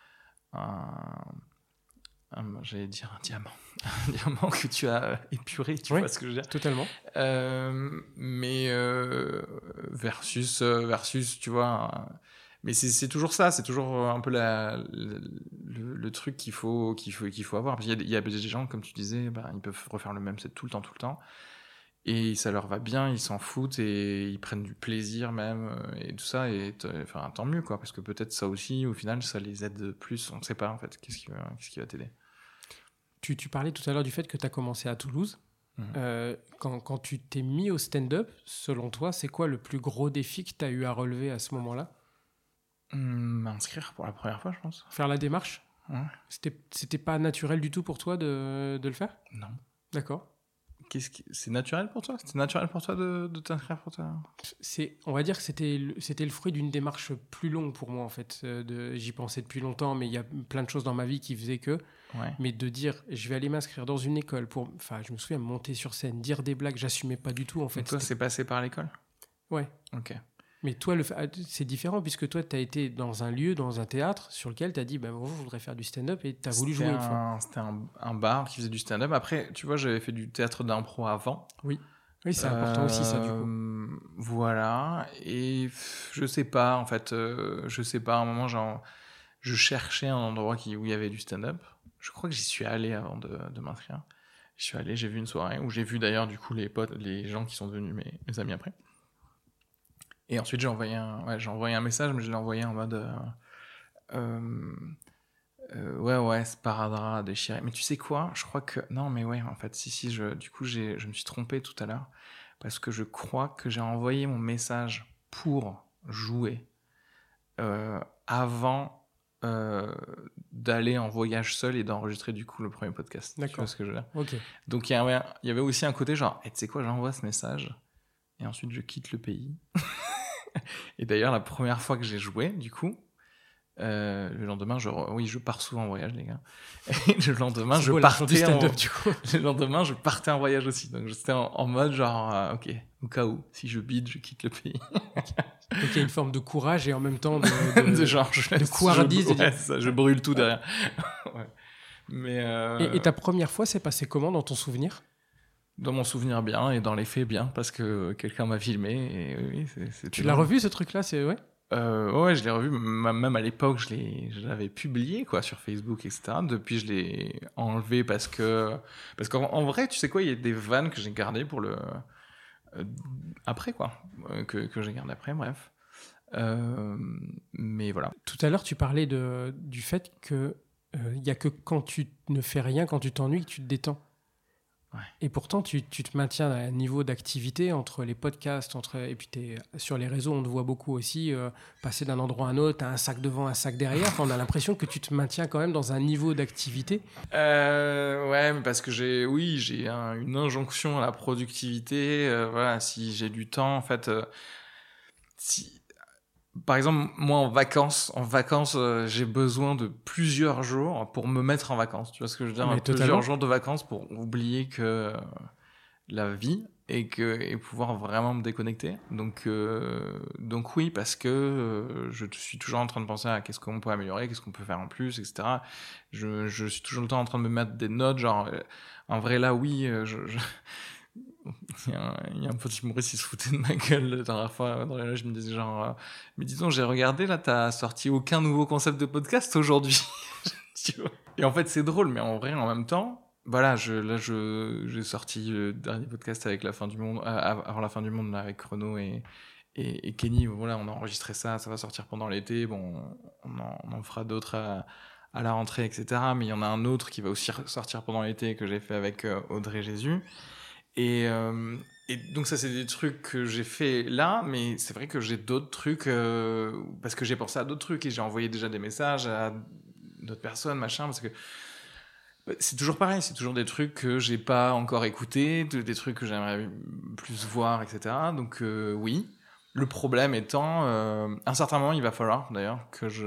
un, un, j'allais dire un diamant, un diamant que tu as épuré, tu oui, vois ce que je veux dire. Totalement. Euh, mais euh, versus, versus, tu vois. Un, mais c'est, c'est toujours ça, c'est toujours un peu la, le, le, le truc qu'il faut, qu'il faut, qu'il faut avoir. Parce qu'il y a, il y a des gens, comme tu disais, bah, ils peuvent refaire le même set tout le temps, tout le temps. Et ça leur va bien, ils s'en foutent et ils prennent du plaisir même et tout ça. Et enfin, tant mieux, quoi. Parce que peut-être ça aussi, au final, ça les aide plus. On ne sait pas, en fait, qu'est-ce qui va, qu'est-ce qui va t'aider. Tu, tu parlais tout à l'heure du fait que tu as commencé à Toulouse. Mmh. Euh, quand, quand tu t'es mis au stand-up, selon toi, c'est quoi le plus gros défi que tu as eu à relever à ce moment-là ? M'inscrire pour la première fois, je pense. Faire la démarche ? Ouais. C'était, c'était pas naturel du tout pour toi de, de le faire ? Non. D'accord. Qu'est-ce qui... C'est naturel pour toi ? C'était naturel pour toi de, de t'inscrire pour toi ? C'est, on va dire que c'était le, c'était le fruit d'une démarche plus longue pour moi, en fait. De, j'y pensais depuis longtemps, mais il y a plein de choses dans ma vie qui faisaient que... Ouais. Mais de dire, je vais aller m'inscrire dans une école pour... Enfin, je me souviens, monter sur scène, dire des blagues, j'assumais pas du tout, en fait. Donc toi, c'était... c'est passé par l'école ? Ouais. Ok. Mais toi, le... c'est différent, puisque toi, tu as été dans un lieu, dans un théâtre, sur lequel tu as dit, ben, bon, je voudrais faire du stand-up, et tu as voulu jouer un... une fois. C'était un, un bar qui faisait du stand-up. Après, tu vois, j'avais fait du théâtre d'impro avant. Oui. Oui, c'est euh, important aussi, ça, du coup. Voilà. Et je sais pas, en fait, euh, je sais pas, à un moment, genre, je cherchais un endroit qui, où il y avait du stand-up. Je crois que j'y suis allé avant de, de m'inscrire. Je suis allé, j'ai vu une soirée où j'ai vu d'ailleurs, du coup, les potes, les gens qui sont devenus mes, mes amis après. Et ensuite, j'ai envoyé un, ouais, j'ai envoyé un message, mais je l'ai envoyé en mode... Euh, euh, euh, ouais, ouais, sparadrap, déchiré. Mais tu sais quoi ? Je crois que... Non, mais ouais, en fait, si, si, je, du coup, j'ai, je me suis trompé tout à l'heure, parce que je crois que j'ai envoyé mon message pour jouer euh, avant euh, d'aller en voyage seul et d'enregistrer, du coup, le premier podcast. D'accord. Tu vois ce que je veux dire ? Ok. Donc, il y avait, il y avait aussi un côté genre, hey, tu sais quoi, j'envoie ce message, et ensuite, je quitte le pays. Et d'ailleurs, la première fois que j'ai joué, du coup, euh, le lendemain, je re... oui, je pars souvent en voyage, les gars. Et le lendemain, c'est je beau, partais en... du coup. Le lendemain, je partais en voyage aussi. Donc, j'étais en, en mode genre, euh, ok, au cas où, si je bide, je quitte le pays. Donc, il y a une forme de courage et en même temps de, de, de genre, je de couardise. Je, ouais, ça, je brûle tout derrière. Ouais. Mais euh... et, et ta première fois, c'est passé comment dans ton souvenir ? Dans mon souvenir, bien, et dans les faits, bien, parce que quelqu'un m'a filmé. Et oui, c'est, c'est tu l'as revu, ce truc-là, c'est ouais. Euh, ouais, je l'ai revu. Même à l'époque, je, l'ai, je l'avais publié, quoi, sur Facebook, et cetera. Depuis, je l'ai enlevé parce que, parce qu'en en vrai, tu sais quoi, il y a des vannes que j'ai gardées pour le euh, après, quoi, euh, que que j'ai gardé après. Bref. Euh, mais voilà. Tout à l'heure, tu parlais de du fait que il euh, y a que quand tu ne fais rien, quand tu t'ennuies, que tu te détends. Ouais. Et pourtant, tu, tu te maintiens à un niveau d'activité entre les podcasts, entre, et puis t'es, sur les réseaux, on te voit beaucoup aussi euh, passer d'un endroit à un autre, t'as un sac devant, un sac derrière. Enfin, on a l'impression que tu te maintiens quand même dans un niveau d'activité. Euh, ouais, mais parce que j'ai, oui, j'ai un, une injonction à la productivité. Euh, voilà, si j'ai du temps, en fait, euh, si, par exemple, moi en vacances, en vacances, euh, j'ai besoin de plusieurs jours pour me mettre en vacances. Tu vois ce que je veux dire? Mais Plusieurs totalement. jours de vacances pour oublier que euh, la vie et que et pouvoir vraiment me déconnecter. Donc euh, donc oui, parce que euh, je suis toujours en train de penser à qu'est-ce qu'on peut améliorer, qu'est-ce qu'on peut faire en plus, et cetera. Je je suis toujours le temps en train de me mettre des notes, genre euh, en vrai là oui, euh, je, je... Il y, a un, il y a un petit Maurice qui se foutait de ma gueule la dernière fois dans les loges, je me disais genre euh, mais dis donc, j'ai regardé là, t'as sorti aucun nouveau concept de podcast aujourd'hui. Tu vois. Et en fait c'est drôle, mais en vrai en même temps voilà, je, là je j'ai sorti le dernier podcast avec la fin du monde, euh, avant la fin du monde là, avec Renaud et, et, et Kenny. Voilà, on a enregistré ça, ça va sortir pendant l'été. Bon, on en, on en fera d'autres à, à la rentrée, et cetera. Mais il y en a un autre qui va aussi sortir pendant l'été que j'ai fait avec euh, Audrey Jésus. Et, euh, et donc ça c'est des trucs que j'ai fait là, mais c'est vrai que j'ai d'autres trucs euh, parce que j'ai pensé à d'autres trucs et j'ai envoyé déjà des messages à d'autres personnes, machin, parce que c'est toujours pareil, c'est toujours des trucs que j'ai pas encore écoutés, des trucs que j'aimerais plus voir, et cetera. Donc euh, oui, le problème étant, euh, à un certain moment, il va falloir d'ailleurs que je,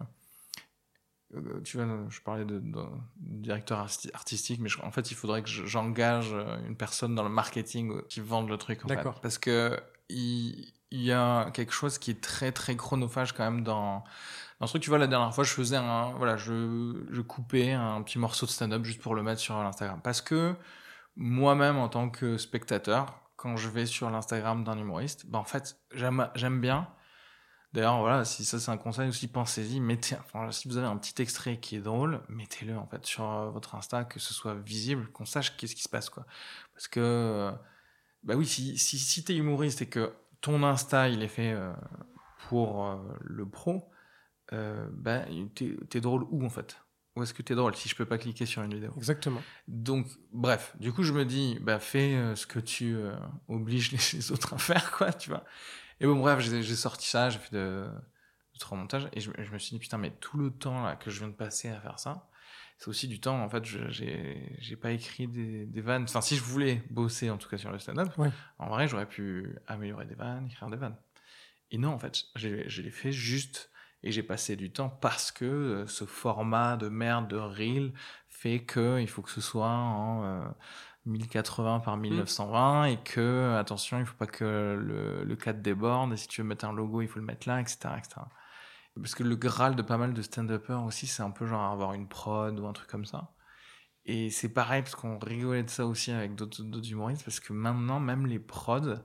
euh, tu vois, je parlais de, de, de directeur artistique, mais je, en fait, il faudrait que j'engage une personne dans le marketing qui vende le truc, en fait, parce que il, il y a quelque chose qui est très très chronophage quand même dans un truc. Tu vois, la dernière fois je faisais un voilà je je coupais un petit morceau de stand-up juste pour le mettre sur l'Instagram, parce que moi-même en tant que spectateur, quand je vais sur l'Instagram d'un humoriste, bah en fait j'aime j'aime bien. D'ailleurs voilà, si ça c'est un conseil aussi, pensez-y, mettez, enfin, si vous avez un petit extrait qui est drôle, mettez-le en fait sur votre Insta, que ce soit visible, qu'on sache qu'est-ce qui se passe, quoi. Parce que bah oui, si si si t'es humoriste et que ton Insta il est fait euh, pour euh, le pro, euh, ben t'es, t'es drôle où en fait? Où est-ce que t'es drôle si je peux pas cliquer sur une vidéo? Exactement. Donc bref, du coup je me dis bah fais euh, ce que tu euh, obliges les, les autres à faire, quoi, tu vois. Et bon bref, j'ai, j'ai sorti ça, j'ai fait de, de trois montages et je, je me suis dit putain, mais tout le temps là que je viens de passer à faire ça, c'est aussi du temps en fait. Je, j'ai j'ai pas écrit des, des vannes. Enfin si je voulais bosser en tout cas sur le stand-up, ouais. En vrai j'aurais pu améliorer des vannes, écrire des vannes. Et non en fait, j'ai, je l'ai fait juste. Et j'ai passé du temps parce que euh, ce format de merde de reel fait que il faut que ce soit en euh, mille quatre-vingts par mille neuf cent vingt mmh. et que, attention, il faut pas que le, le cadre déborde, et si tu veux mettre un logo, il faut le mettre là, et cetera, et cetera. Parce que le graal de pas mal de stand-uppers aussi, c'est un peu genre avoir une prod ou un truc comme ça. Et c'est pareil, parce qu'on rigolait de ça aussi avec d'autres, d'autres humoristes, parce que maintenant, même les prods,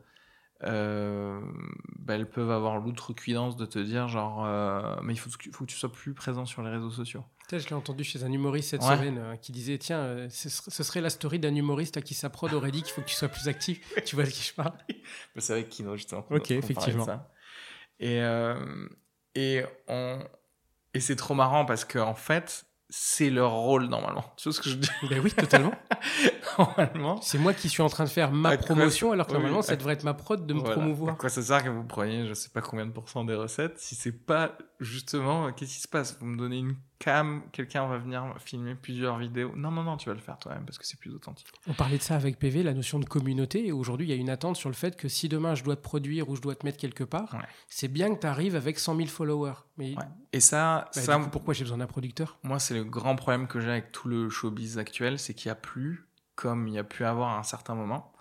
Euh, bah, elles peuvent avoir l'outrecuidance de te dire genre euh, mais il faut, faut que tu sois plus présent sur les réseaux sociaux. Tu sais, je l'ai entendu chez un humoriste cette ouais. semaine euh, qui disait tiens euh, ce, ce serait la story d'un humoriste à qui sa prod aurait dit qu'il faut que tu sois plus actif. Tu vois de qui je parle? C'est avec Kino justement. Ok, effectivement. Ça. Et euh, et on et c'est trop marrant parce que en fait c'est leur rôle normalement. Tu vois ce que je dis? Ben oui, totalement. Normalement. C'est moi qui suis en train de faire ma promotion, alors que normalement, oui, ça devrait être ma prod de me voilà. promouvoir. À quoi ça sert que vous preniez je sais pas combien de pourcents des recettes si c'est pas justement qu'est-ce qui se passe? Vous me donnez une cam, quelqu'un va venir filmer plusieurs vidéos. Non, non, non, tu vas le faire toi-même parce que c'est plus authentique. On parlait de ça avec P V, la notion de communauté. Et aujourd'hui, il y a une attente sur le fait que si demain je dois te produire ou je dois te mettre quelque part, ouais. c'est bien que tu arrives avec cent mille followers. Mais ouais. Et ça, bah, ça du coup, pourquoi j'ai besoin d'un producteur? Moi, c'est le grand problème que j'ai avec tout le showbiz actuel, c'est qu'il n'y a plus, comme il y a pu avoir à un certain moment,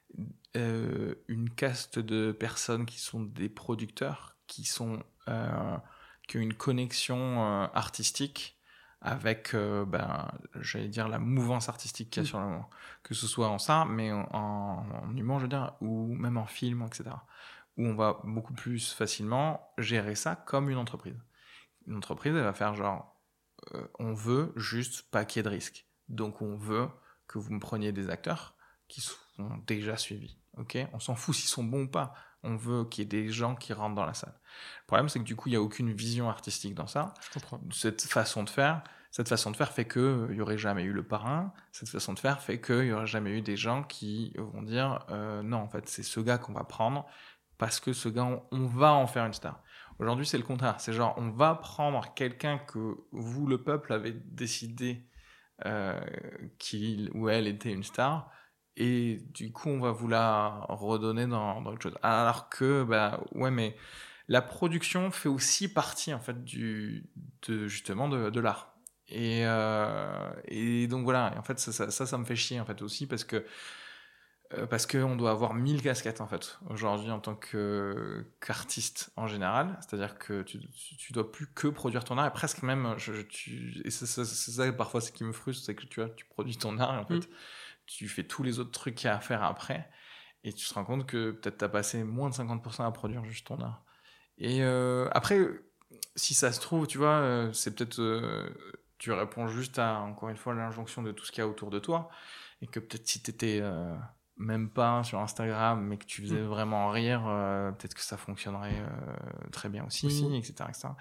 euh, une caste de personnes qui sont des producteurs, qui sont euh, qui ont une connexion euh, artistique avec, euh, ben, j'allais dire, la mouvance artistique qu'il y a mmh. sur le moment. Que ce soit en ça, mais en, en humour, je veux dire, ou même en film, et cetera. Où on va beaucoup plus facilement gérer ça comme une entreprise. Une entreprise, elle va faire genre, euh, on veut juste pas qu'il y ait de risque. Donc on veut que vous me preniez des acteurs qui sont déjà suivis. Ok, on s'en fout s'ils sont bons ou pas. On veut qu'il y ait des gens qui rentrent dans la salle. Le problème, c'est que du coup, il n'y a aucune vision artistique dans ça. Je comprends. Cette façon de faire, Cette façon de faire fait qu'il n'y aurait jamais eu le parrain. Cette façon de faire fait qu'il n'y aurait jamais eu des gens qui vont dire euh, non, en fait, c'est ce gars qu'on va prendre parce que ce gars, on, on va en faire une star. Aujourd'hui, c'est le contraire. C'est genre, on va prendre quelqu'un que vous, le peuple, avez décidé euh, qu'il ou elle était une star et du coup, on va vous la redonner dans, dans autre chose. Alors que, bah, ouais, mais la production fait aussi partie, en fait, du, de, justement, de, de l'art. Et, euh, et donc voilà, et en fait ça, ça, ça, ça me fait chier en fait aussi parce que euh, parce qu'on doit avoir mille casquettes en fait aujourd'hui en tant que, qu'artiste en général, c'est-à-dire que tu, tu, tu dois plus que produire ton art et presque même, je, je, tu, et c'est ça, c'est ça parfois ce qui me frustre, c'est que tu vois, tu produis ton art et en fait mmh. tu fais tous les autres trucs qu'il y a à faire après et tu te rends compte que peut-être t'as passé moins de cinquante pour cent à produire juste ton art. Et euh, après, si ça se trouve, tu vois, euh, c'est peut-être... Euh, tu réponds juste à, encore une fois, l'injonction de tout ce qu'il y a autour de toi, et que peut-être si t'étais euh, même pas sur Instagram, mais que tu faisais mmh. vraiment rire, euh, peut-être que ça fonctionnerait euh, très bien aussi, aussi. et cetera, et cetera.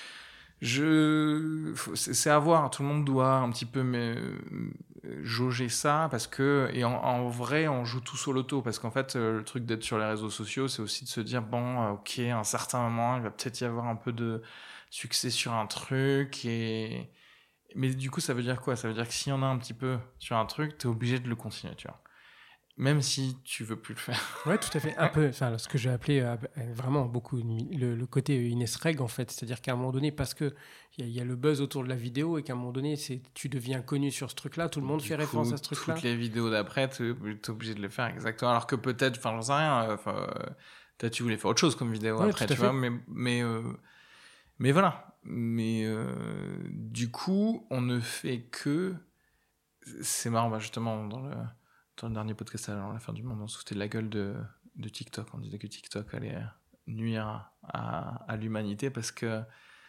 Je... C'est à voir, tout le monde doit un petit peu me... jauger ça, parce que, et en, en vrai, on joue tous au loto, parce qu'en fait, le truc d'être sur les réseaux sociaux, c'est aussi de se dire, bon, ok, à un certain moment, il va peut-être y avoir un peu de succès sur un truc, et... Mais du coup, ça veut dire quoi ? Ça veut dire que s'il y en a un petit peu sur un truc, t'es obligé de le continuer, tu vois. Même si tu veux plus le faire. Ouais, tout à fait. Un peu, enfin, ce que j'ai appelé euh, vraiment beaucoup le, le côté Ines Reg, en fait. C'est-à-dire qu'à un moment donné, parce qu'il y, y a le buzz autour de la vidéo et qu'à un moment donné, c'est, tu deviens connu sur ce truc-là, tout le monde du fait coup, référence à ce truc-là. Toutes les vidéos d'après, t'es, t'es obligé de le faire exactement. Alors que peut-être, enfin, j'en sais rien, euh, peut-être tu voulais faire autre chose comme vidéo ouais, après, tu vois, mais, mais, euh, mais voilà. Mais euh, du coup, on ne fait que... C'est marrant, bah justement, dans le, dans le dernier podcast à la fin du monde, on se foutait de la gueule de, de TikTok. On disait que TikTok allait nuire à, à l'humanité parce que,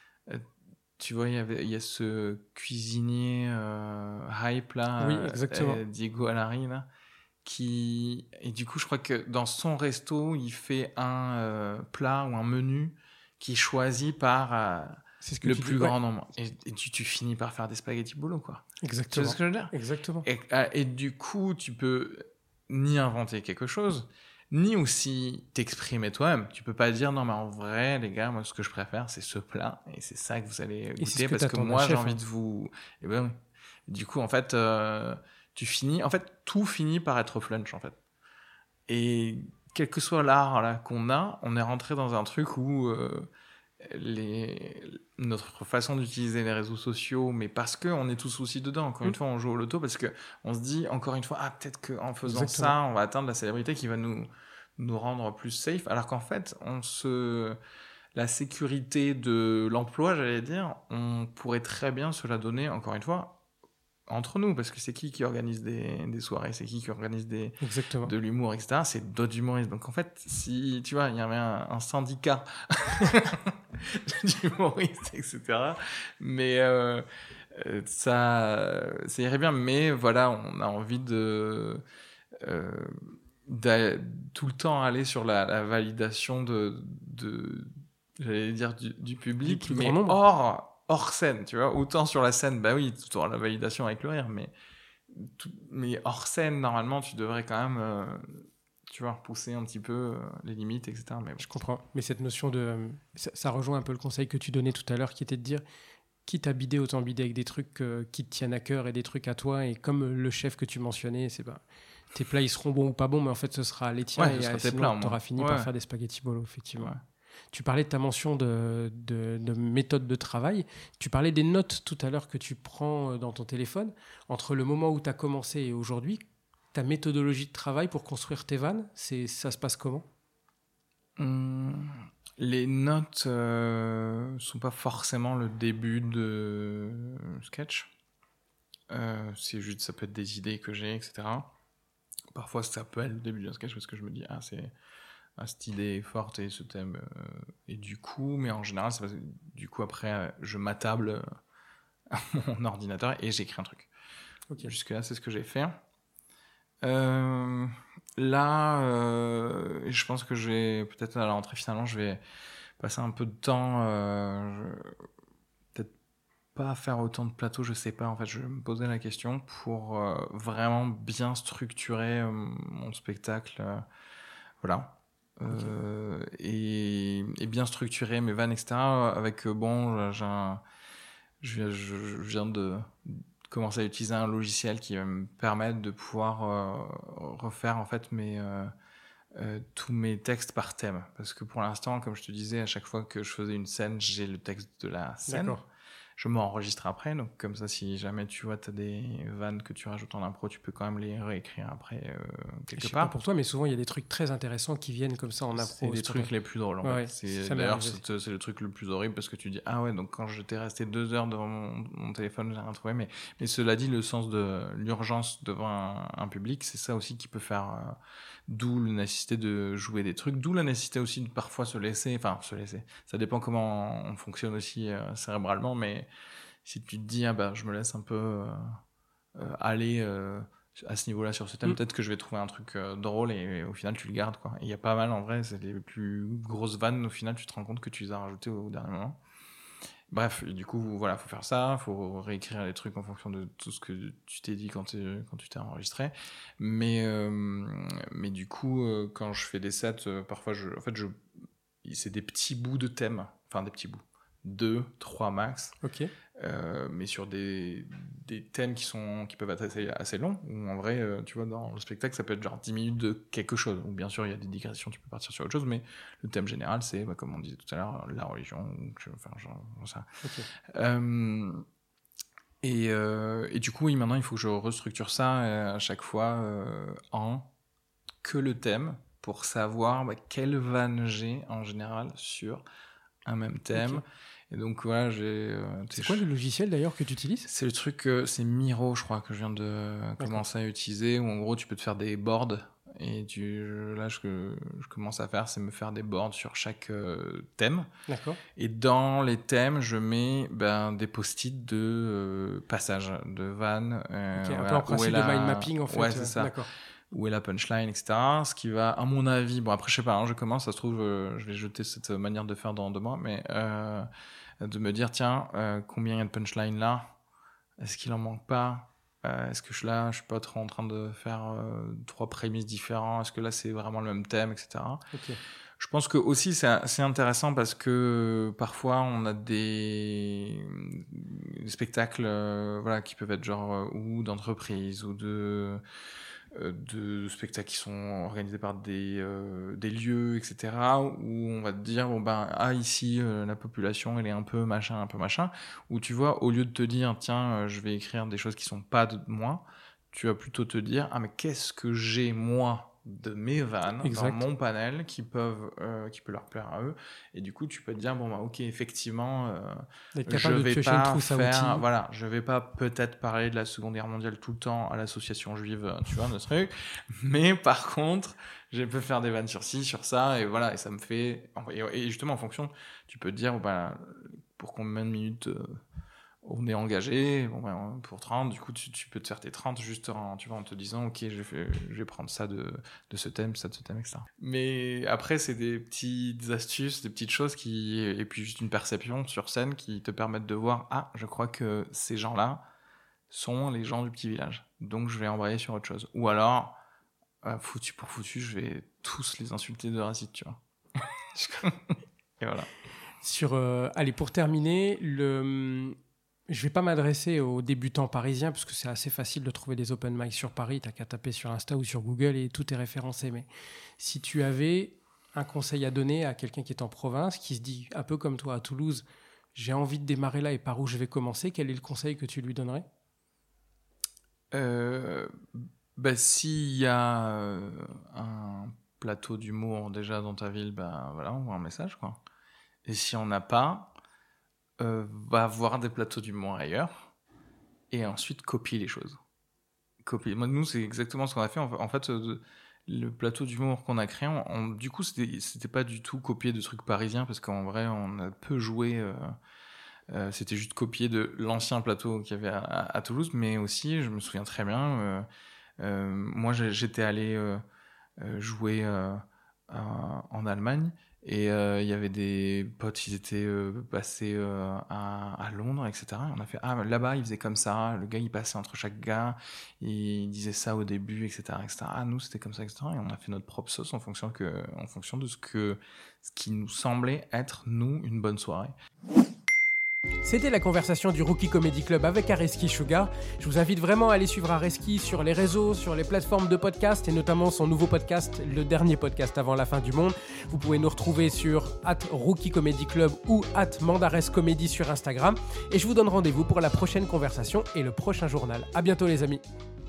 tu vois, il y avait, il y a ce cuisinier euh, hype, là, oui, exactement. euh, Diego Alari, là, qui... Et du coup, je crois que dans son resto, il fait un euh, plat ou un menu qui est choisi par... Euh, c'est ce que le plus dis, grand ouais. nombre. Et, et tu, tu finis par faire des spaghettis bolo, quoi. Exactement. Tu vois ce que je veux dire ? Exactement. Et, et du coup, tu peux ni inventer quelque chose, ni aussi t'exprimer toi-même. Tu peux pas dire, non, mais en vrai, les gars, moi, ce que je préfère, c'est ce plat. Et c'est ça que vous allez goûter, parce que moi, j'ai envie hein. de vous... Et ben oui. Du coup, en fait, euh, tu finis... En fait, tout finit par être flunch, en fait. Et quel que soit l'art là, qu'on a, on est rentré dans un truc où... Euh, Les... notre façon d'utiliser les réseaux sociaux, mais parce qu'on est tous aussi dedans. Encore mmh. une fois, on joue au loto parce qu'on se dit, encore une fois, ah, peut-être qu'en faisant Exactement. ça, on va atteindre la célébrité qui va nous, nous rendre plus safe. Alors qu'en fait, on se... la sécurité de l'emploi, j'allais dire, on pourrait très bien se la donner, encore une fois, entre nous, parce que c'est qui qui organise des, des soirées, c'est qui qui organise des, de l'humour, et cetera. C'est d'autres humoristes. Donc en fait, si, tu vois, il y avait un, un syndicat d'humoristes, et cetera. Mais euh, ça, ça irait bien. Mais voilà, on a envie de... Euh, de tout le temps aller sur la, la validation de, de j'allais dire, du, du public, du mais hors... hors scène, tu vois, autant sur la scène, bah oui, tu auras la validation avec le rire, mais, tout, mais hors scène, normalement, tu devrais quand même, euh, tu vois, repousser un petit peu euh, les limites, et cetera. Mais bon. Je comprends, mais cette notion de... Ça, ça rejoint un peu le conseil que tu donnais tout à l'heure, qui était de dire, quitte à bider, autant bider avec des trucs euh, qui te tiennent à cœur et des trucs à toi, et comme le chef que tu mentionnais, c'est bah, tes plats, ils seront bons ou pas bons, mais en fait, ce sera les tiens, ouais, et sinon, tu auras fini ouais. par faire des spaghettis bolo, effectivement. Ouais. Tu parlais de ta mention de, de, de méthode de travail. Tu parlais des notes tout à l'heure que tu prends dans ton téléphone. Entre le moment où tu as commencé et aujourd'hui, ta méthodologie de travail pour construire tes vannes, c'est, ça se passe comment ? Hum, les notes ne euh, sont pas forcément le début de sketch. Euh, c'est juste, ça peut être des idées que j'ai, et cetera. Parfois, ça peut être le début d'un sketch parce que je me dis, ah, c'est... Ah, cette idée est forte et ce thème euh, et du coup mais en général c'est parce que, du coup après je m'attable à mon ordinateur et j'écris un truc. Okay. Jusque là c'est ce que j'ai fait. Euh, là euh, je pense que je vais peut-être à la rentrée finalement je vais passer un peu de temps euh, je, peut-être pas faire autant de plateaux, je sais pas. En fait, je me posais la question pour euh, vraiment bien structurer euh, mon spectacle. Euh, voilà. Euh, okay. et, et bien structurer mes vannes, et cetera. Avec, euh, bon, j'ai un, je, je, je viens de commencer à utiliser un logiciel qui va me permettre de pouvoir euh, refaire en fait mes... Euh, Euh, tous mes textes par thème, parce que pour l'instant, comme je te disais, à chaque fois que je faisais une scène, j'ai le texte de la scène. D'accord. Je m'enregistre après, donc comme ça, si jamais tu vois, t'as des vannes que tu rajoutes en impro, tu peux quand même les réécrire après euh, quelque je sais part. pas pour toi, mais souvent il y a des trucs très intéressants qui viennent comme ça en impro. C'est les trucs les plus drôles. En ouais, fait. ouais, c'est, d'ailleurs, c'est, c'est le truc le plus horrible parce que tu dis ah ouais, donc quand j'étais resté deux heures devant mon, mon téléphone, j'ai rien trouvé. Mais, mais cela dit, le sens de l'urgence devant un, un public, c'est ça aussi qui peut faire. Euh, D'où la nécessité de jouer des trucs, d'où la nécessité aussi de parfois se laisser, enfin se laisser, ça dépend comment on fonctionne aussi euh, cérébralement, mais si tu te dis, ah bah je me laisse un peu euh, euh, aller euh, à ce niveau-là sur ce thème, mmh. peut-être que je vais trouver un truc euh, drôle et, et au final tu le gardes, quoi. Il y a pas mal en vrai, c'est les plus grosses vannes, au final tu te rends compte que tu les as rajoutées au, au dernier moment. Bref, du coup, voilà, faut faire ça, faut réécrire les trucs en fonction de tout ce que tu t'es dit quand, quand tu t'es enregistré. Mais, euh, mais du coup, euh, quand je fais des sets, euh, parfois, je, en fait, je, c'est des petits bouts de thème, enfin des petits bouts, deux, trois max. Ok. Euh, mais sur des, des thèmes qui, sont, qui peuvent être assez, assez longs, où en vrai, euh, tu vois, dans le spectacle, ça peut être genre dix minutes de quelque chose, ou bien sûr, il y a des digressions, tu peux partir sur autre chose, mais le thème général, c'est, bah, comme on disait tout à l'heure, la religion, enfin, genre, ça. Okay. Euh, et, euh, et du coup, oui, maintenant, il faut que je restructure ça à chaque fois euh, en que le thème, pour savoir bah, quelle vanne j'ai, en général, sur un même thème. Okay. Et donc voilà, j'ai. Euh, c'est quoi le logiciel d'ailleurs que tu utilises ? C'est le truc, euh, c'est Miro, je crois, que je viens de D'accord. commencer à utiliser, où en gros tu peux te faire des boards. Et tu, là, ce que je commence à faire, c'est me faire des boards sur chaque euh, thème. D'accord. Et dans les thèmes, je mets ben, des post-it de euh, passages, de vannes. Euh, okay, un voilà, peu en principe la... de mind mapping en fait. Ouais, c'est euh, ça. D'accord. Où est la punchline, et cetera. Ce qui va, à mon avis, bon après je sais pas, hein, je commence, ça se trouve, euh, je vais jeter cette manière de faire dans deux mois, mais euh, de me dire, tiens, euh, combien il y a de punchline là ? Est-ce qu'il en manque pas ? euh, Est-ce que je, là, je suis pas trop en train de faire euh, trois prémices différents ? Est-ce que là, c'est vraiment le même thème, et cetera. Okay. Je pense que aussi c'est, c'est intéressant parce que parfois on a des, des spectacles euh, voilà, qui peuvent être genre euh, ou d'entreprise ou de... de spectacles qui sont organisés par des, euh, des lieux, et cetera, où on va te dire, bon ben, ah, ici, euh, la population, elle est un peu machin, un peu machin, où tu vois, au lieu de te dire, tiens, euh, je vais écrire des choses qui sont pas de moi, tu vas plutôt te dire, ah, mais qu'est-ce que j'ai, moi, de mes vannes exact. Dans mon panel qui peuvent euh, qui peut leur plaire à eux, et du coup tu peux te dire bon bah ok, effectivement euh, je vais pas faire voilà je vais pas peut-être parler de la Seconde Guerre mondiale tout le temps à l'association juive, tu vois, de truc, mais par contre je peux faire des vannes sur ci, sur ça, et voilà, et ça me fait et justement en fonction tu peux te dire bah pour combien de minutes euh, on est engagé, bon ben, pour trente, du coup tu, tu peux te faire tes trente juste en, tu vois, en te disant ok, je vais, je vais prendre ça de, de ce thème, ça de ce thème, et cetera. Mais après c'est des petites astuces, des petites choses qui, et puis juste une perception sur scène qui te permettent de voir, ah, je crois que ces gens-là sont les gens du petit village, donc je vais embrayer sur autre chose. Ou alors, euh, foutu pour foutu, je vais tous les insulter de raciste, tu vois. Et voilà. Sur, euh, allez, pour terminer, le... je ne vais pas m'adresser aux débutants parisiens parce que c'est assez facile de trouver des open mic sur Paris. Tu n'as qu'à taper sur Insta ou sur Google et tout est référencé. Mais si tu avais un conseil à donner à quelqu'un qui est en province, qui se dit un peu comme toi à Toulouse, j'ai envie de démarrer là et par où je vais commencer, quel est le conseil que tu lui donnerais ? euh, bah, S'il y a euh, un plateau d'humour déjà dans ta ville, bah, voilà, on voit un message, quoi. Et si on n'a pas, euh, va voir des plateaux d'humour ailleurs et ensuite copier les choses. Copier. Moi, nous, c'est exactement ce qu'on a fait. En fait, euh, le plateau d'humour qu'on a créé, on, on, du coup, c'était, c'était pas du tout copier de trucs parisiens parce qu'en vrai, on a peu joué. Euh, euh, c'était juste copier de l'ancien plateau qu'il y avait à, à, à Toulouse, mais aussi, je me souviens très bien, euh, euh, moi, j'étais allé euh, jouer. Euh, euh, en Allemagne. Et il euh, y avait des potes, ils étaient euh, passés euh, à, à Londres, et cetera. Et on a fait, ah, là-bas, ils faisaient comme ça. Le gars, il passait entre chaque gars. Il disait ça au début, et cetera, et cetera. Ah, nous, c'était comme ça, et cetera. Et on a fait notre propre sauce en fonction, que, en fonction de ce, que, ce qui nous semblait être, nous, une bonne soirée. C'était la conversation du Rookie Comedy Club avec Areski Sugar. Je vous invite vraiment à aller suivre Areski sur les réseaux, sur les plateformes de podcast et notamment son nouveau podcast, le dernier podcast avant la fin du monde. Vous pouvez nous retrouver sur arobase Rookie Comedy Club ou arobase Mandares Comedy sur Instagram. Et je vous donne rendez-vous pour la prochaine conversation et le prochain journal. À bientôt les amis.